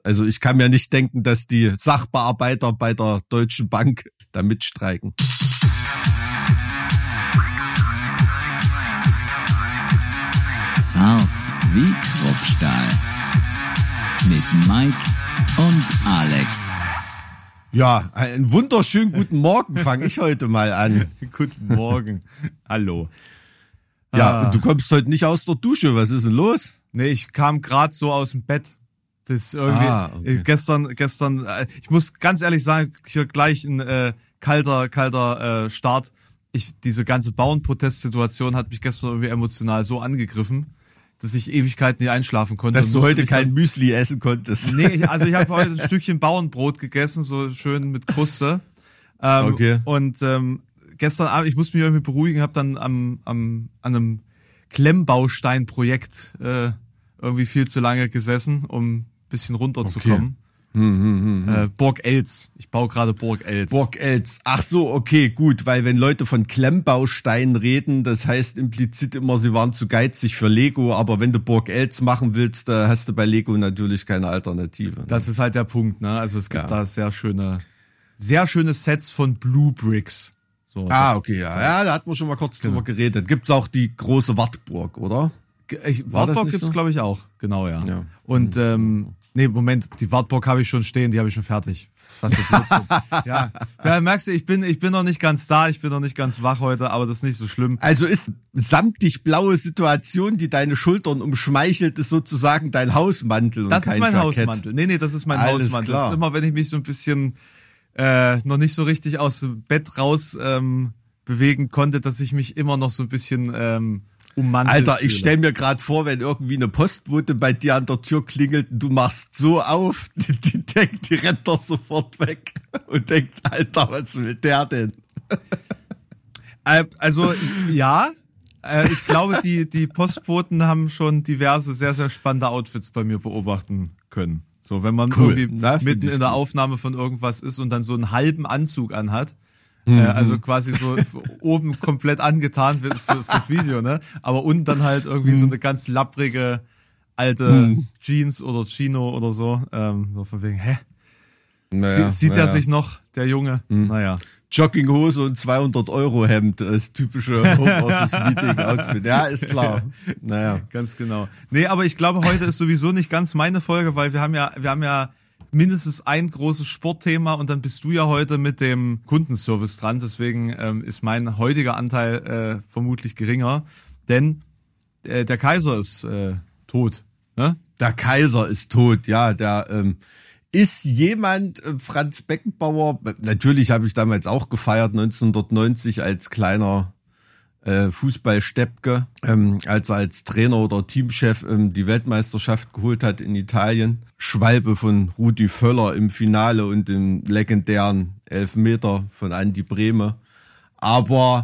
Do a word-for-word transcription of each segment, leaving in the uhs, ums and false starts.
Also ich kann mir nicht denken, dass die Sachbearbeiter bei der Deutschen Bank da mitstreiken. Zart wie Kruppstahl. Mit Mike und Alex. Ja, einen wunderschönen guten Morgen fange ich heute mal an. Guten Morgen. Hallo. Ja, Ah. und du kommst heute nicht aus der Dusche. Was ist denn los? Nee, ich kam gerade so aus dem Bett. Das ist irgendwie Ah, okay. gestern, gestern, äh, ich muss ganz ehrlich sagen, hier gleich ein äh, kalter, kalter äh, Start. Ich, diese ganze Bauernprotestsituation hat mich gestern irgendwie emotional so angegriffen, dass ich Ewigkeiten nicht einschlafen konnte. Dass Und du musste heute mich kein dann- Müsli essen konntest. Nee, ich, also ich habe heute ein Stückchen Bauernbrot gegessen, so schön mit Kruste. Ähm, Okay. Und ähm, gestern Abend, ich musste mich irgendwie beruhigen, habe dann am, am an einem Klemmbausteinprojekt äh, irgendwie viel zu lange gesessen, um ein bisschen runterzukommen. Hm, hm, hm. Äh, Burg Eltz. Ich baue gerade Burg Eltz. Burg Eltz. Ach so, okay, gut, weil wenn Leute von Klemmbausteinen reden, das heißt implizit immer, sie waren zu geizig für Lego, aber wenn du Burg Eltz machen willst, da hast du bei Lego natürlich keine Alternative. Ne? Das ist halt der Punkt, ne? Also es gibt Ja. da sehr schöne, sehr schöne Sets von Blue Bricks. So, Ah, okay, ja. Ja, da hatten wir schon mal kurz drüber geredet. Gibt's auch die große Wartburg, oder? Ich, War das Wartburg nicht gibt's so? glaube ich auch, genau, ja. Ja. Und ähm, nee, Moment, die Wartburg habe ich schon stehen, die habe ich schon fertig. Was für Blödsinn. ja. ja, merkst du, ich bin, ich bin noch nicht ganz da, ich bin noch nicht ganz wach heute, aber das ist nicht so schlimm. Also ist samtig blaue Situation, die deine Schultern umschmeichelt, ist sozusagen dein Hausmantel. Und Das ist kein mein Jackett. Hausmantel. Nee, nee, das ist mein Alles Hausmantel. klar. Das ist immer, wenn ich mich so ein bisschen äh, noch nicht so richtig aus dem Bett raus ähm, bewegen konnte, dass ich mich immer noch so ein bisschen ähm, ummantelt Alter, fühle. ich stell mir gerade vor, wenn irgendwie eine Postbote bei dir an der Tür klingelt und du machst so auf, die, die denkt, die rennt doch sofort weg und denkt, Alter, was will der denn? Äh, also ja, äh, ich glaube, die die Postboten haben schon diverse sehr sehr spannende Outfits bei mir beobachten können. So, wenn man Cool. irgendwie Na, find mitten ich in der gut. Aufnahme von irgendwas ist und dann so einen halben Anzug anhat. Mhm. Äh, also quasi so f- oben komplett angetan für, für, fürs Video, ne? Aber unten dann halt irgendwie Mhm. so eine ganz lapprige alte Jeans oder Chino oder so. Ähm, so von wegen, hä? Naja, Sie, sieht naja. er sich noch, der Junge? Mhm. Naja. Jogginghose und zweihundert Euro Hemd als typische Homeoffice-Meeting-Outfit. Ja, ist klar. Naja. Ganz genau. Nee, aber ich glaube, heute ist sowieso nicht ganz meine Folge, weil wir haben ja, wir haben ja mindestens ein großes Sportthema und dann bist du ja heute mit dem Kundenservice dran. Deswegen ähm, ist mein heutiger Anteil äh, vermutlich geringer, denn äh, der Kaiser ist äh, tot. Ne? Der Kaiser ist tot, ja, der ähm, ist jemand, äh, Franz Beckenbauer, natürlich habe ich damals auch gefeiert, neunzehnhundertneunzig als kleiner äh, Fußball-Steppke, ähm, als er als Trainer oder Teamchef ähm, die Weltmeisterschaft geholt hat in Italien. Schwalbe von Rudi Völler im Finale und im legendären Elfmeter von Andi Brehme. Aber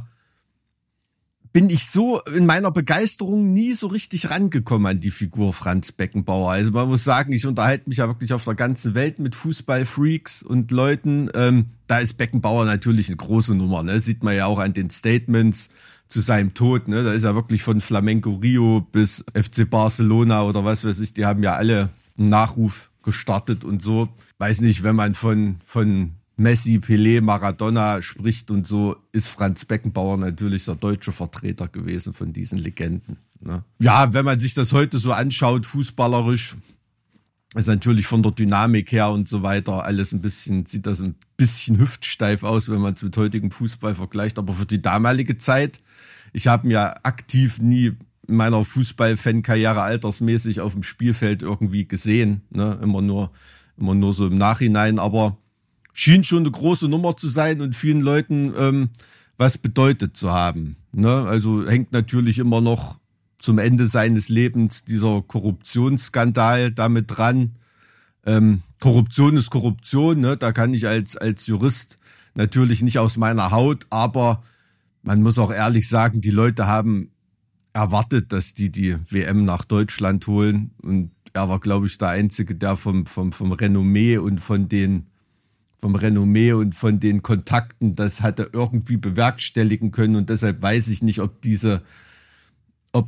bin ich so in meiner Begeisterung nie so richtig rangekommen an die Figur Franz Beckenbauer. Also man muss sagen, ich unterhalte mich ja wirklich auf der ganzen Welt mit Fußballfreaks und Leuten. Ähm, da ist Beckenbauer natürlich eine große Nummer. Ne? Sieht man ja auch an den Statements zu seinem Tod. Ne? Da ist er wirklich von Flamenco Rio bis F C Barcelona oder was weiß ich. Die haben ja alle einen Nachruf gestartet und so. Weiß nicht, wenn man von von Messi, Pelé, Maradona spricht und so, ist Franz Beckenbauer natürlich der deutsche Vertreter gewesen von diesen Legenden. Ne? Ja, wenn man sich das heute so anschaut, fußballerisch, ist natürlich von der Dynamik her und so weiter alles ein bisschen, sieht das ein bisschen hüftsteif aus, wenn man es mit heutigem Fußball vergleicht. Aber für die damalige Zeit, ich habe mir aktiv nie in meiner Fußball-Fan-Karriere altersmäßig auf dem Spielfeld irgendwie gesehen, ne? Immer nur, immer nur so im Nachhinein, aber schien schon eine große Nummer zu sein und vielen Leuten ähm, was bedeutet zu haben. Ne? Also hängt natürlich immer noch zum Ende seines Lebens dieser Korruptionsskandal damit dran. Ähm, Korruption ist Korruption, ne? Da kann ich als als Jurist natürlich nicht aus meiner Haut, aber man muss auch ehrlich sagen, die Leute haben erwartet, dass die die W M nach Deutschland holen und er war, glaube ich, der Einzige, der vom vom vom Renommee und von den vom Renommee und von den Kontakten, das hat er irgendwie bewerkstelligen können und deshalb weiß ich nicht, ob diese, ob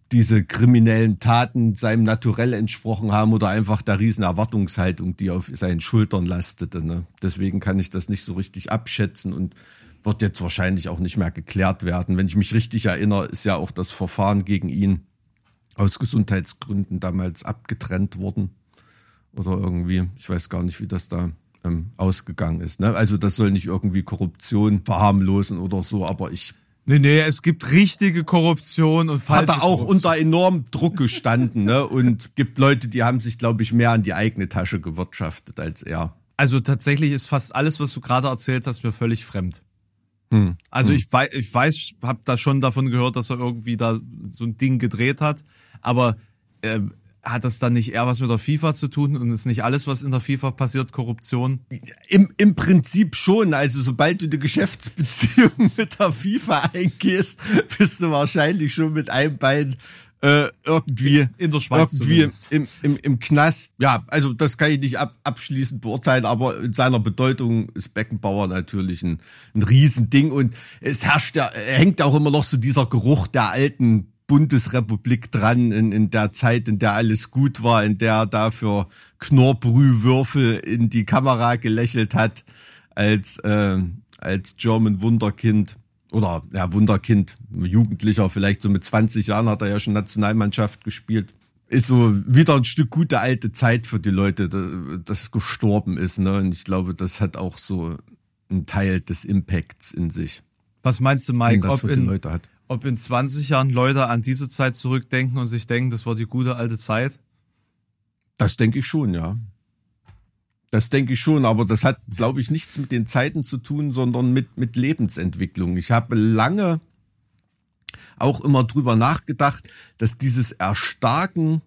diese kriminellen Taten seinem Naturell entsprochen haben oder einfach der riesen Erwartungshaltung, die auf seinen Schultern lastete. Ne? Deswegen kann ich das nicht so richtig abschätzen und wird jetzt wahrscheinlich auch nicht mehr geklärt werden. Wenn ich mich richtig erinnere, ist ja auch das Verfahren gegen ihn aus Gesundheitsgründen damals abgetrennt worden. Oder irgendwie, ich weiß gar nicht, wie das da ähm, ausgegangen ist. Ne? Also das soll nicht irgendwie Korruption verharmlosen oder so, aber ich... Nee, nee, es gibt richtige Korruption und falsche Hat er auch Korruption. unter enormem Druck gestanden, ne? Und gibt Leute, die haben sich, glaube ich, mehr an die eigene Tasche gewirtschaftet als er. Also tatsächlich ist fast alles, was du gerade erzählt hast, mir völlig fremd. Hm. Also hm. ich weiß, ich weiß, habe da schon davon gehört, dass er irgendwie da so ein Ding gedreht hat, aber äh, hat das dann nicht eher was mit der FIFA zu tun und ist nicht alles, was in der FIFA passiert, Korruption? Im, Im Prinzip schon. Also sobald du eine Geschäftsbeziehung mit der FIFA eingehst, bist du wahrscheinlich schon mit einem Bein äh, irgendwie in der Schweiz irgendwie im, im, im Knast. Ja, also das kann ich nicht ab, abschließend beurteilen, aber in seiner Bedeutung ist Beckenbauer natürlich ein, ein Riesending und es herrscht ja, hängt auch immer noch so dieser Geruch der alten Bundesrepublik dran, in, in der Zeit, in der alles gut war, in der er dafür Knorrbrühwürfel in die Kamera gelächelt hat, als, äh, als German Wunderkind. Oder, ja, Wunderkind, Jugendlicher, vielleicht so mit zwanzig Jahren hat er ja schon Nationalmannschaft gespielt. Ist so wieder ein Stück gute alte Zeit für die Leute, das gestorben ist, ne? Und ich glaube, das hat auch so einen Teil des Impacts in sich. Was meinst du, Mike, ob in, Leute hat. ob in zwanzig Jahren Leute an diese Zeit zurückdenken und sich denken, das war die gute alte Zeit? Das denke ich schon, ja. Das denke ich schon, aber das hat, glaube ich, nichts mit den Zeiten zu tun, sondern mit, mit Lebensentwicklung. Ich habe lange auch immer drüber nachgedacht, dass dieses Erstarken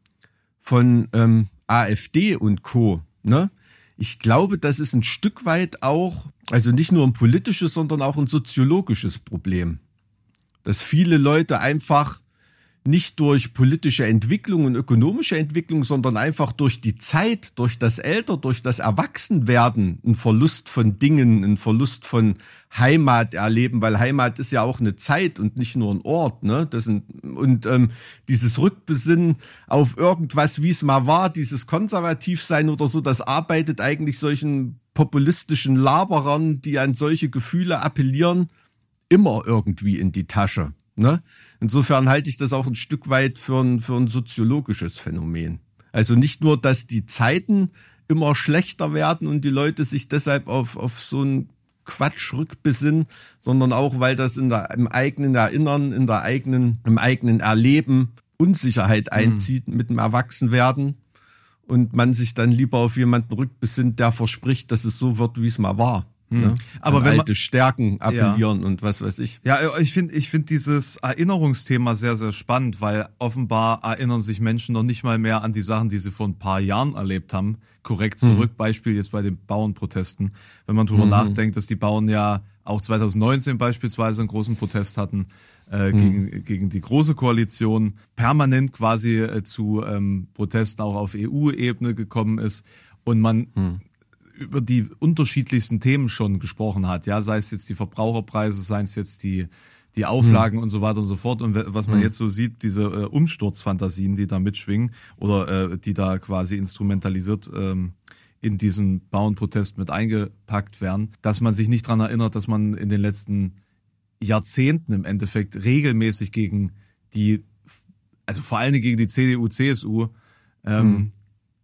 von ähm, AfD und Co., ne, ich glaube, das ist ein Stück weit auch, also nicht nur ein politisches, sondern auch ein soziologisches Problem. Dass viele Leute einfach nicht durch politische Entwicklung und ökonomische Entwicklung, sondern einfach durch die Zeit, durch das Älter, durch das Erwachsenwerden einen Verlust von Dingen, einen Verlust von Heimat erleben, weil Heimat ist ja auch eine Zeit und nicht nur ein Ort, ne? Das sind, und ähm, dieses Rückbesinnen auf irgendwas, wie es mal war, dieses Konservativsein oder so, das arbeitet eigentlich solchen populistischen Laberern, die an solche Gefühle appellieren, immer irgendwie in die Tasche. Ne? Insofern halte ich das auch ein Stück weit für ein, für ein soziologisches Phänomen. Also nicht nur, dass die Zeiten immer schlechter werden und die Leute sich deshalb auf, auf so einen Quatsch rückbesinnen, sondern auch, weil das in der, im eigenen Erinnern, in der eigenen, im eigenen Erleben Unsicherheit einzieht mhm. mit dem Erwachsenwerden und man sich dann lieber auf jemanden rückbesinnt, der verspricht, dass es so wird, wie es mal war. Ne? Aber an wenn alte man, Stärken appellieren ja. und was weiß ich. Ja, ich finde ich finde dieses Erinnerungsthema sehr, sehr spannend, weil offenbar erinnern sich Menschen noch nicht mal mehr an die Sachen, die sie vor ein paar Jahren erlebt haben, korrekt zurück. Mhm. Beispiel jetzt bei den Bauernprotesten. Wenn man drüber mhm. nachdenkt, dass die Bauern ja auch zwanzig neunzehn beispielsweise einen großen Protest hatten äh, mhm. gegen, gegen die Große Koalition, permanent quasi äh, zu ähm, Protesten auch auf E U-Ebene gekommen ist und man mhm. über die unterschiedlichsten Themen schon gesprochen hat, ja, sei es jetzt die Verbraucherpreise, seien es jetzt die die Auflagen mhm. und so weiter und so fort. Und was man mhm. jetzt so sieht, diese äh, Umsturzfantasien, die da mitschwingen oder äh, die da quasi instrumentalisiert ähm, in diesen Bauernprotest mit eingepackt werden, dass man sich nicht dran erinnert, dass man in den letzten Jahrzehnten im Endeffekt regelmäßig gegen die, also vor allen Dingen gegen die C D U, C S U, ähm, mhm.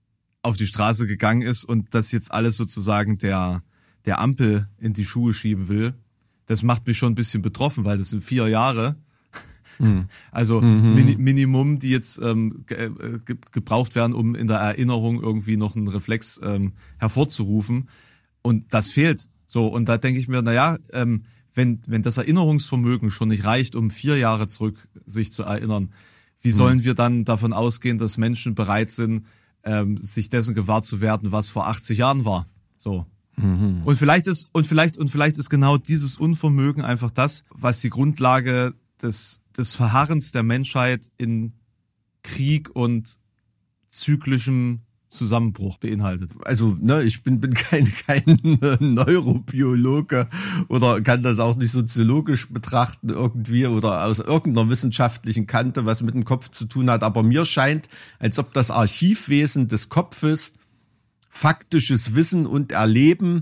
auf die Straße gegangen ist und das jetzt alles sozusagen der der Ampel in die Schuhe schieben will, das macht mich schon ein bisschen betroffen, weil das sind vier Jahre, mhm. also mhm. Mini, Minimum, die jetzt ähm, ge, ge, gebraucht werden, um in der Erinnerung irgendwie noch einen Reflex ähm, hervorzurufen und das fehlt. So, und da denke ich mir, naja, ähm, wenn wenn das Erinnerungsvermögen schon nicht reicht, um vier Jahre zurück sich zu erinnern, wie sollen mhm. wir dann davon ausgehen, dass Menschen bereit sind, Ähm, sich dessen gewahr zu werden, was vor achtzig Jahren war. So. Mhm. Und vielleicht ist, und vielleicht, und vielleicht ist genau dieses Unvermögen einfach das, was die Grundlage des, des Verharrens der Menschheit in Krieg und zyklischem Zusammenbruch beinhaltet. Also, ne, ich bin, bin kein, kein Neurobiologe oder kann das auch nicht soziologisch betrachten irgendwie oder aus irgendeiner wissenschaftlichen Kante, was mit dem Kopf zu tun hat. Aber mir scheint, als ob das Archivwesen des Kopfes faktisches Wissen und Erleben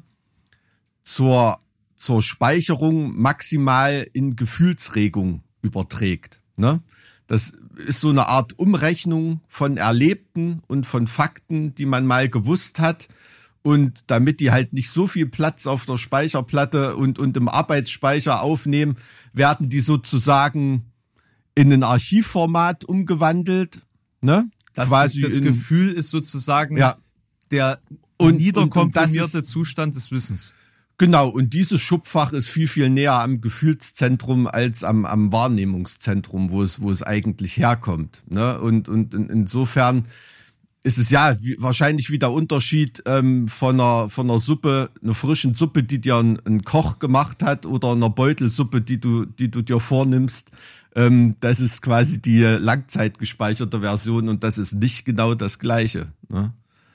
zur, zur Speicherung maximal in Gefühlsregung überträgt, ne? Das ist so eine Art Umrechnung von Erlebten und von Fakten, die man mal gewusst hat. Und damit die halt nicht so viel Platz auf der Speicherplatte und, und im Arbeitsspeicher aufnehmen, werden die sozusagen in ein Archivformat umgewandelt. Ne? Das, Quasi das in, Gefühl ist sozusagen ja. der und, niederkomprimierte und, und Zustand des Wissens. Genau, und dieses Schubfach ist viel, viel näher am Gefühlszentrum als am, am Wahrnehmungszentrum, wo es, wo es eigentlich herkommt. Ne? Und, und in, insofern ist es ja wie, wahrscheinlich wie der Unterschied ähm, von, einer, von einer Suppe, einer frischen Suppe, die dir ein, ein Koch gemacht hat, oder einer Beutelsuppe, die du, die du dir vornimmst. Ähm, das ist quasi die langzeitgespeicherte Version und das ist nicht genau das Gleiche. Ne?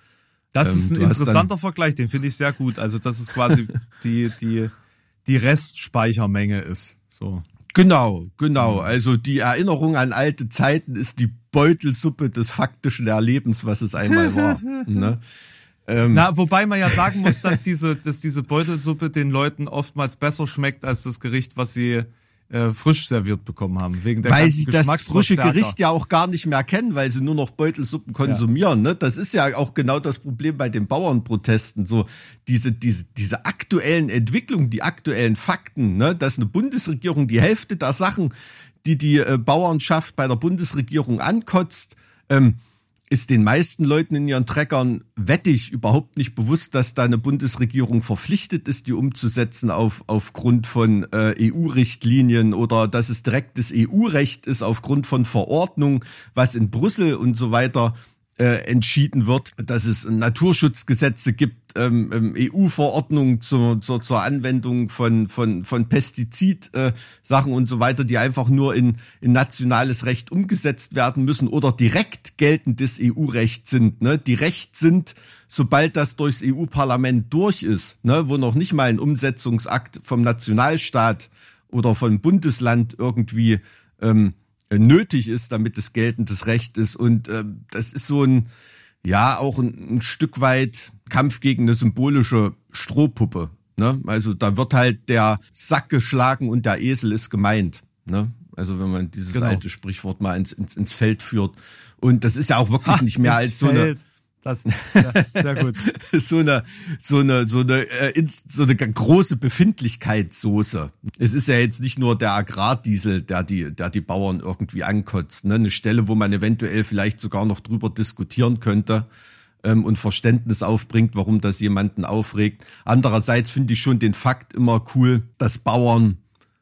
Das ähm, ist ein interessanter Vergleich, den finde ich sehr gut. Also, dass es quasi die, die, die Restspeichermenge ist. So. Genau, genau. Also die Erinnerung an alte Zeiten ist die Beutelsuppe des faktischen Erlebens, was es einmal war. Ne? Ähm. Na, wobei man ja sagen muss, dass diese, dass diese Beutelsuppe den Leuten oftmals besser schmeckt als das Gericht, was sie äh, frisch serviert bekommen haben. Wegen der weil sie das frische Geschmacksverstärker. Gericht ja auch gar nicht mehr kennen, weil sie nur noch Beutelsuppen konsumieren. Ja. Ne? Das ist ja auch genau das Problem bei den Bauernprotesten. So diese, diese, diese aktuellen Entwicklungen, die aktuellen Fakten, ne? Dass eine Bundesregierung die Hälfte der Sachen, die die äh, Bauernschaft bei der Bundesregierung ankotzt, ähm, ist den meisten Leuten in ihren Treckern wettig überhaupt nicht bewusst, dass da eine Bundesregierung verpflichtet ist, die umzusetzen auf aufgrund von äh, E U-Richtlinien oder dass es direktes E U-Recht ist aufgrund von Verordnungen, was in Brüssel und so weiter äh, entschieden wird, dass es Naturschutzgesetze gibt, ähm, E U-Verordnungen zur, zur, zur Anwendung von, von, von Pestizid-Sachen äh, und so weiter, die einfach nur in, in nationales Recht umgesetzt werden müssen oder direkt geltendes E U-Recht sind, ne, die Recht sind, sobald das durchs E U-Parlament durch ist, ne, wo noch nicht mal ein Umsetzungsakt vom Nationalstaat oder vom Bundesland irgendwie ähm, nötig ist, damit es geltendes Recht ist. Und äh, das ist so ein, ja, auch ein, ein Stück weit Kampf gegen eine symbolische Strohpuppe. Ne? Also da wird halt der Sack geschlagen und der Esel ist gemeint. Ne? Also wenn man dieses genau. alte Sprichwort mal ins, ins, ins Feld führt. Und das ist ja auch wirklich ha, nicht mehr als so eine... Das, ja, sehr gut. so eine, so eine, so eine, äh, so eine große Befindlichkeitssoße. Es ist ja jetzt nicht nur der Agrardiesel, der die, der die Bauern irgendwie ankotzt, ne? Eine Stelle, wo man eventuell vielleicht sogar noch drüber diskutieren könnte, ähm, und Verständnis aufbringt, warum das jemanden aufregt. Andererseits finde ich schon den Fakt immer cool, dass Bauern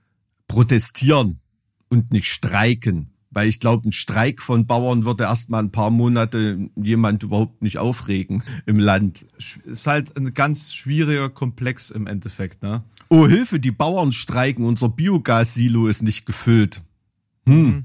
protestieren und nicht streiken. Weil ich glaube, ein Streik von Bauern würde erstmal ein paar Monate jemand überhaupt nicht aufregen im Land. Ist halt ein ganz schwieriger Komplex im Endeffekt, ne? Oh, Hilfe, die Bauern streiken, unser Biogas-Silo ist nicht gefüllt. Hm. Mhm.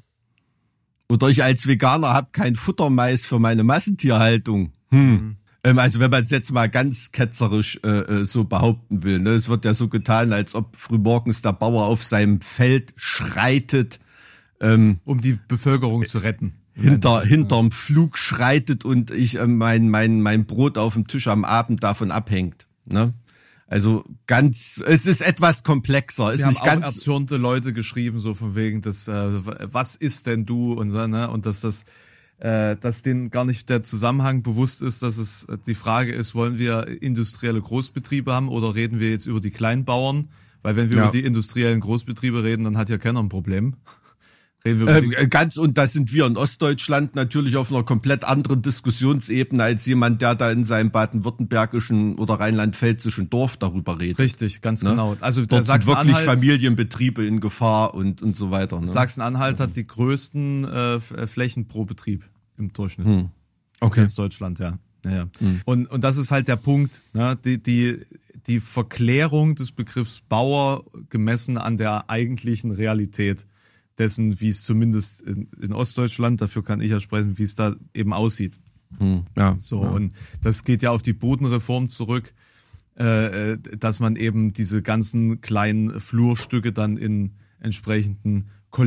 Oder ich als Veganer habe kein Futtermais für meine Massentierhaltung. Hm. Mhm. Ähm, also wenn man es jetzt mal ganz ketzerisch äh, so behaupten will, ne? Es wird ja so getan, als ob frühmorgens der Bauer auf seinem Feld schreitet, Ähm, um die Bevölkerung zu retten. Hinter, hinterm Flug schreitet und ich äh, mein, mein, mein Brot auf dem Tisch am Abend davon abhängt. Ne? Also ganz, es ist etwas komplexer. Es ist nicht haben ganz. Auch erzürnte Leute geschrieben, so von wegen, dass, äh, was ist denn du und so, ne? Und dass das, äh, dass denen gar nicht der Zusammenhang bewusst ist, dass es die Frage ist, wollen wir industrielle Großbetriebe haben oder reden wir jetzt über die Kleinbauern? Weil wenn wir ja. über die industriellen Großbetriebe reden, dann hat ja keiner ein Problem. Äh, ganz, und da sind wir in Ostdeutschland natürlich auf einer komplett anderen Diskussionsebene als jemand, der da in seinem baden-württembergischen oder rheinland-pfälzischen Dorf darüber redet. Richtig, ganz ne? genau. Also dort sind wirklich Familienbetriebe in Gefahr und, und so weiter. Ne? Sachsen-Anhalt mhm. hat die größten äh, Flächen pro Betrieb im Durchschnitt. Mhm. Okay. Ganz Deutschland, ja. ja, ja. Mhm. Und, und das ist halt der Punkt, ne? die, die, die Verklärung des Begriffs Bauer gemessen an der eigentlichen Realität dessen, wie es zumindest in, in Ostdeutschland, dafür kann ich ja sprechen, wie es da eben aussieht. Hm, ja, So, ja. und das geht ja auf die Bodenreform zurück, äh, dass man eben diese ganzen kleinen Flurstücke dann in entsprechenden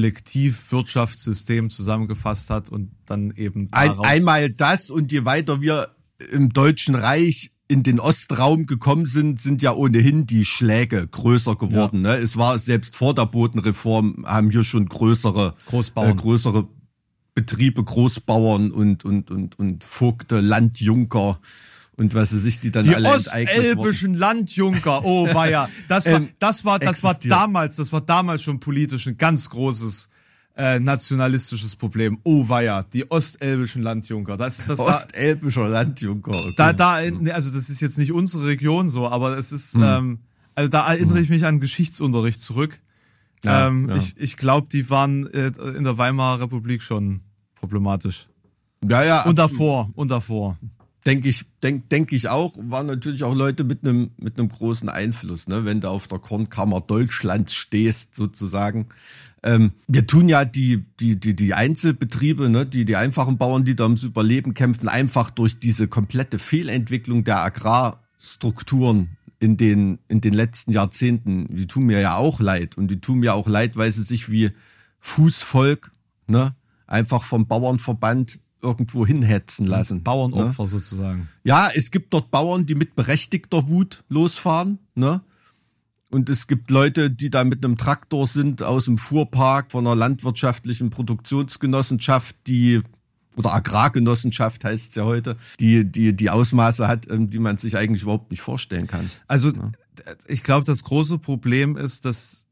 Kollektivwirtschaftssystem zusammengefasst hat und dann eben Ein, daraus einmal das, und je weiter wir im Deutschen Reich in den Ostraum gekommen sind, sind ja ohnehin die Schläge größer geworden. Ja. Ne? Es war selbst vor der Bodenreform, haben hier schon größere Großbauern. Äh, größere Betriebe, Großbauern und und und und Vogte, Landjunker und was sie sich die dann die alle enteignet wurden. ostelbischen Landjunker, oh weia, das war, Ähm, das war, das war existiert. damals, das war damals schon politisch ein ganz großes äh, nationalistisches Problem. Oh weia, die ostelbischen Landjunker, das, das war, Ostelbischer Landjunker. Okay. da, da, also das ist jetzt nicht unsere Region so, aber es ist, hm. ähm, also da erinnere ich mich an Geschichtsunterricht zurück. Ja, ähm, ja. Ich, ich glaube, die waren äh, in der Weimarer Republik schon problematisch. Ja, ja. Und davor, und davor. Denke ich, denk, denk ich auch, waren natürlich auch Leute mit einem mit einem großen Einfluss, ne, wenn du auf der Kornkammer Deutschlands stehst, sozusagen. Ähm, wir tun ja die die die die Einzelbetriebe, ne, die die einfachen Bauern, die da ums Überleben kämpfen, einfach durch diese komplette Fehlentwicklung der Agrarstrukturen in den in den letzten Jahrzehnten, die tun mir ja auch leid, und die tun mir auch leid, weil sie sich wie Fußvolk, ne, einfach vom Bauernverband irgendwo hinhetzen lassen. Bauernopfer ne? sozusagen. Ja, es gibt dort Bauern, die mit berechtigter Wut losfahren, ne? Und es gibt Leute, die da mit einem Traktor sind aus dem Fuhrpark von einer landwirtschaftlichen Produktionsgenossenschaft, die oder Agrargenossenschaft heißt es ja heute, die die die Ausmaße hat, die man sich eigentlich überhaupt nicht vorstellen kann. Also ja. Ich glaube, das große Problem ist, dass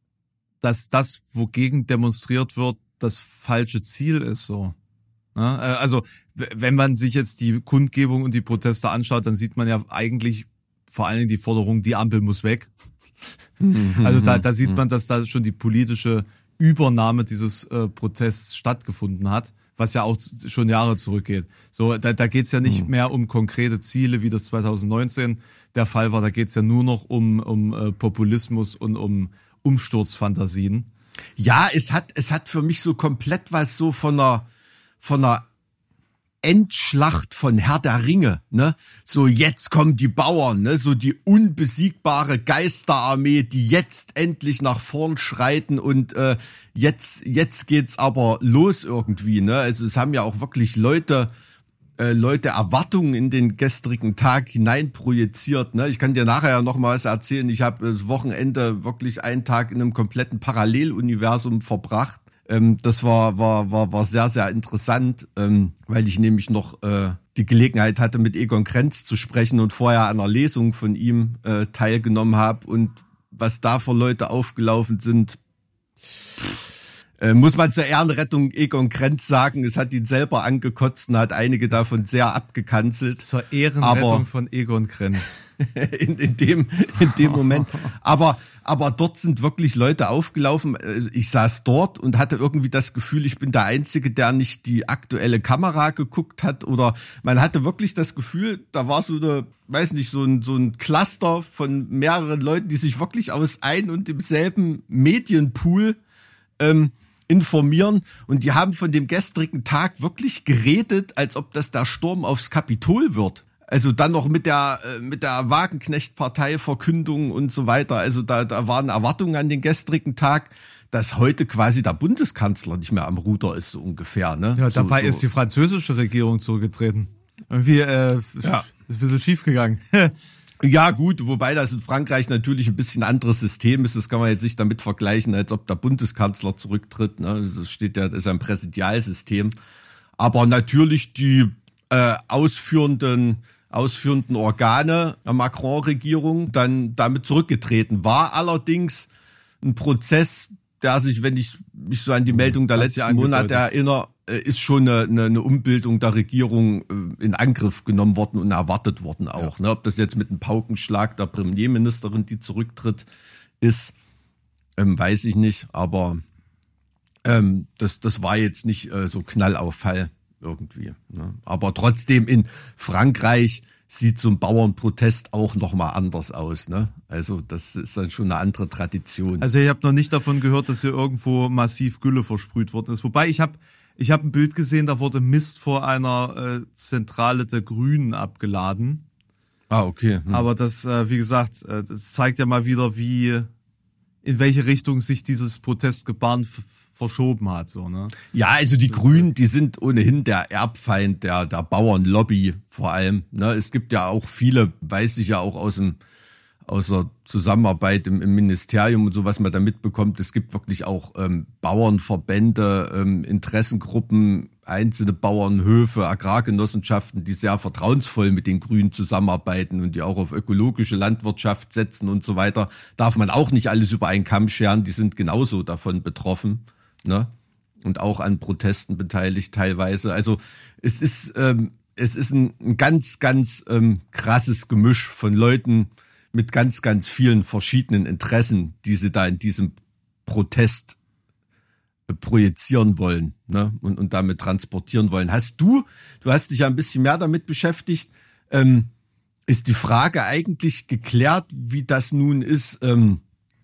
dass das, wogegen demonstriert wird, das falsche Ziel ist so. Also wenn man sich jetzt die Kundgebung und die Proteste anschaut, dann sieht man ja eigentlich vor allen Dingen die Forderung, die Ampel muss weg. Also da, da sieht man, dass da schon die politische Übernahme dieses äh, Protests stattgefunden hat, was ja auch schon Jahre zurückgeht. So, da, da geht's ja nicht mehr um konkrete Ziele, wie das zwanzig neunzehn der Fall war. Da geht's ja nur noch um, um äh, Populismus und um Umsturzfantasien. Ja, es hat es hat für mich so komplett was so von einer von einer Endschlacht von Herr der Ringe, ne? So, jetzt kommen die Bauern, ne? So die unbesiegbare Geisterarmee, die jetzt endlich nach vorn schreiten und äh, jetzt jetzt geht's aber los irgendwie, ne? Also es haben ja auch wirklich Leute äh, Leute Erwartungen in den gestrigen Tag hineinprojiziert, ne? Ich kann dir nachher ja noch mal was erzählen. Ich habe das Wochenende wirklich einen Tag in einem kompletten Paralleluniversum verbracht. Ähm, das war, war, war, war sehr, sehr interessant, ähm, weil ich nämlich noch äh, die Gelegenheit hatte, mit Egon Krenz zu sprechen und vorher an einer Lesung von ihm äh, teilgenommen habe. Und was da für Leute aufgelaufen sind, äh, muss man zur Ehrenrettung Egon Krenz sagen. Es hat ihn selber angekotzt und hat einige davon sehr abgekanzelt. Zur Ehrenrettung aber, von Egon Krenz. in, in, dem, in dem Moment. Aber Aber dort sind wirklich Leute aufgelaufen. Ich saß dort und hatte irgendwie das Gefühl, ich bin der Einzige, der nicht die aktuelle Kamera geguckt hat. Oder man hatte wirklich das Gefühl, da war so eine, weiß nicht, so ein, so ein Cluster von mehreren Leuten, die sich wirklich aus ein und demselben Medienpool ähm, informieren. Und die haben von dem gestrigen Tag wirklich geredet, als ob das der Sturm aufs Kapitol wird. Also dann noch mit der mit der Wagenknecht-Parteiverkündung und so weiter. Also da, da waren Erwartungen an den gestrigen Tag, dass heute quasi der Bundeskanzler nicht mehr am Ruder ist, so ungefähr. Ne? Ja, so, dabei so. ist die französische Regierung zurückgetreten. Irgendwie äh, ja. ist ein bisschen schief gegangen. Ja gut, wobei das in Frankreich natürlich ein bisschen anderes System ist. Das kann man jetzt nicht damit vergleichen, als ob der Bundeskanzler zurücktritt. Ne? Das steht ja, das ist ein Präsidialsystem. Aber natürlich die äh, ausführenden ausführenden Organe der Macron-Regierung dann damit zurückgetreten. War allerdings ein Prozess, der sich, wenn ich mich so an die Meldung der letzten Monate erinnere, ist schon eine, eine, eine Umbildung der Regierung in Angriff genommen worden und erwartet worden auch. Ja. Ne? Ob das jetzt mit einem Paukenschlag der Premierministerin, die zurücktritt, ist, ähm, weiß ich nicht. Aber ähm, das, das war jetzt nicht äh, so Knall auf Fall. Irgendwie. Ne? Aber trotzdem in Frankreich sieht so ein Bauernprotest auch nochmal anders aus. Ne? Also das ist dann schon eine andere Tradition. Also ich habe noch nicht davon gehört, dass hier irgendwo massiv Gülle versprüht worden ist. Wobei ich habe Ich habe ein Bild gesehen, da wurde Mist vor einer äh, Zentrale der Grünen abgeladen. Ah, okay. Hm. Aber das, äh, wie gesagt, äh, das zeigt ja mal wieder, wie, in welche Richtung sich dieses Protestgebaren f- verschoben hat, so, ne? Ja, also die Grünen, die sind ohnehin der Erbfeind der, der Bauernlobby vor allem, ne? Es gibt ja auch viele, weiß ich ja auch aus dem, aus der Zusammenarbeit im, im Ministerium und so, was man da mitbekommt. Es gibt wirklich auch ähm, Bauernverbände, ähm, Interessengruppen, einzelne Bauernhöfe, Agrargenossenschaften, die sehr vertrauensvoll mit den Grünen zusammenarbeiten und die auch auf ökologische Landwirtschaft setzen und so weiter. Darf man auch nicht alles über einen Kamm scheren, die sind genauso davon betroffen, ne? Und auch an Protesten beteiligt teilweise. Also es ist, ähm, es ist ein, ein ganz, ganz ähm, krasses Gemisch von Leuten mit ganz, ganz vielen verschiedenen Interessen, die sie da in diesem Protest projizieren wollen, ne? und, und damit transportieren wollen. Hast du, du hast dich ja ein bisschen mehr damit beschäftigt, ähm, ist die Frage eigentlich geklärt, wie das nun ist? Ähm,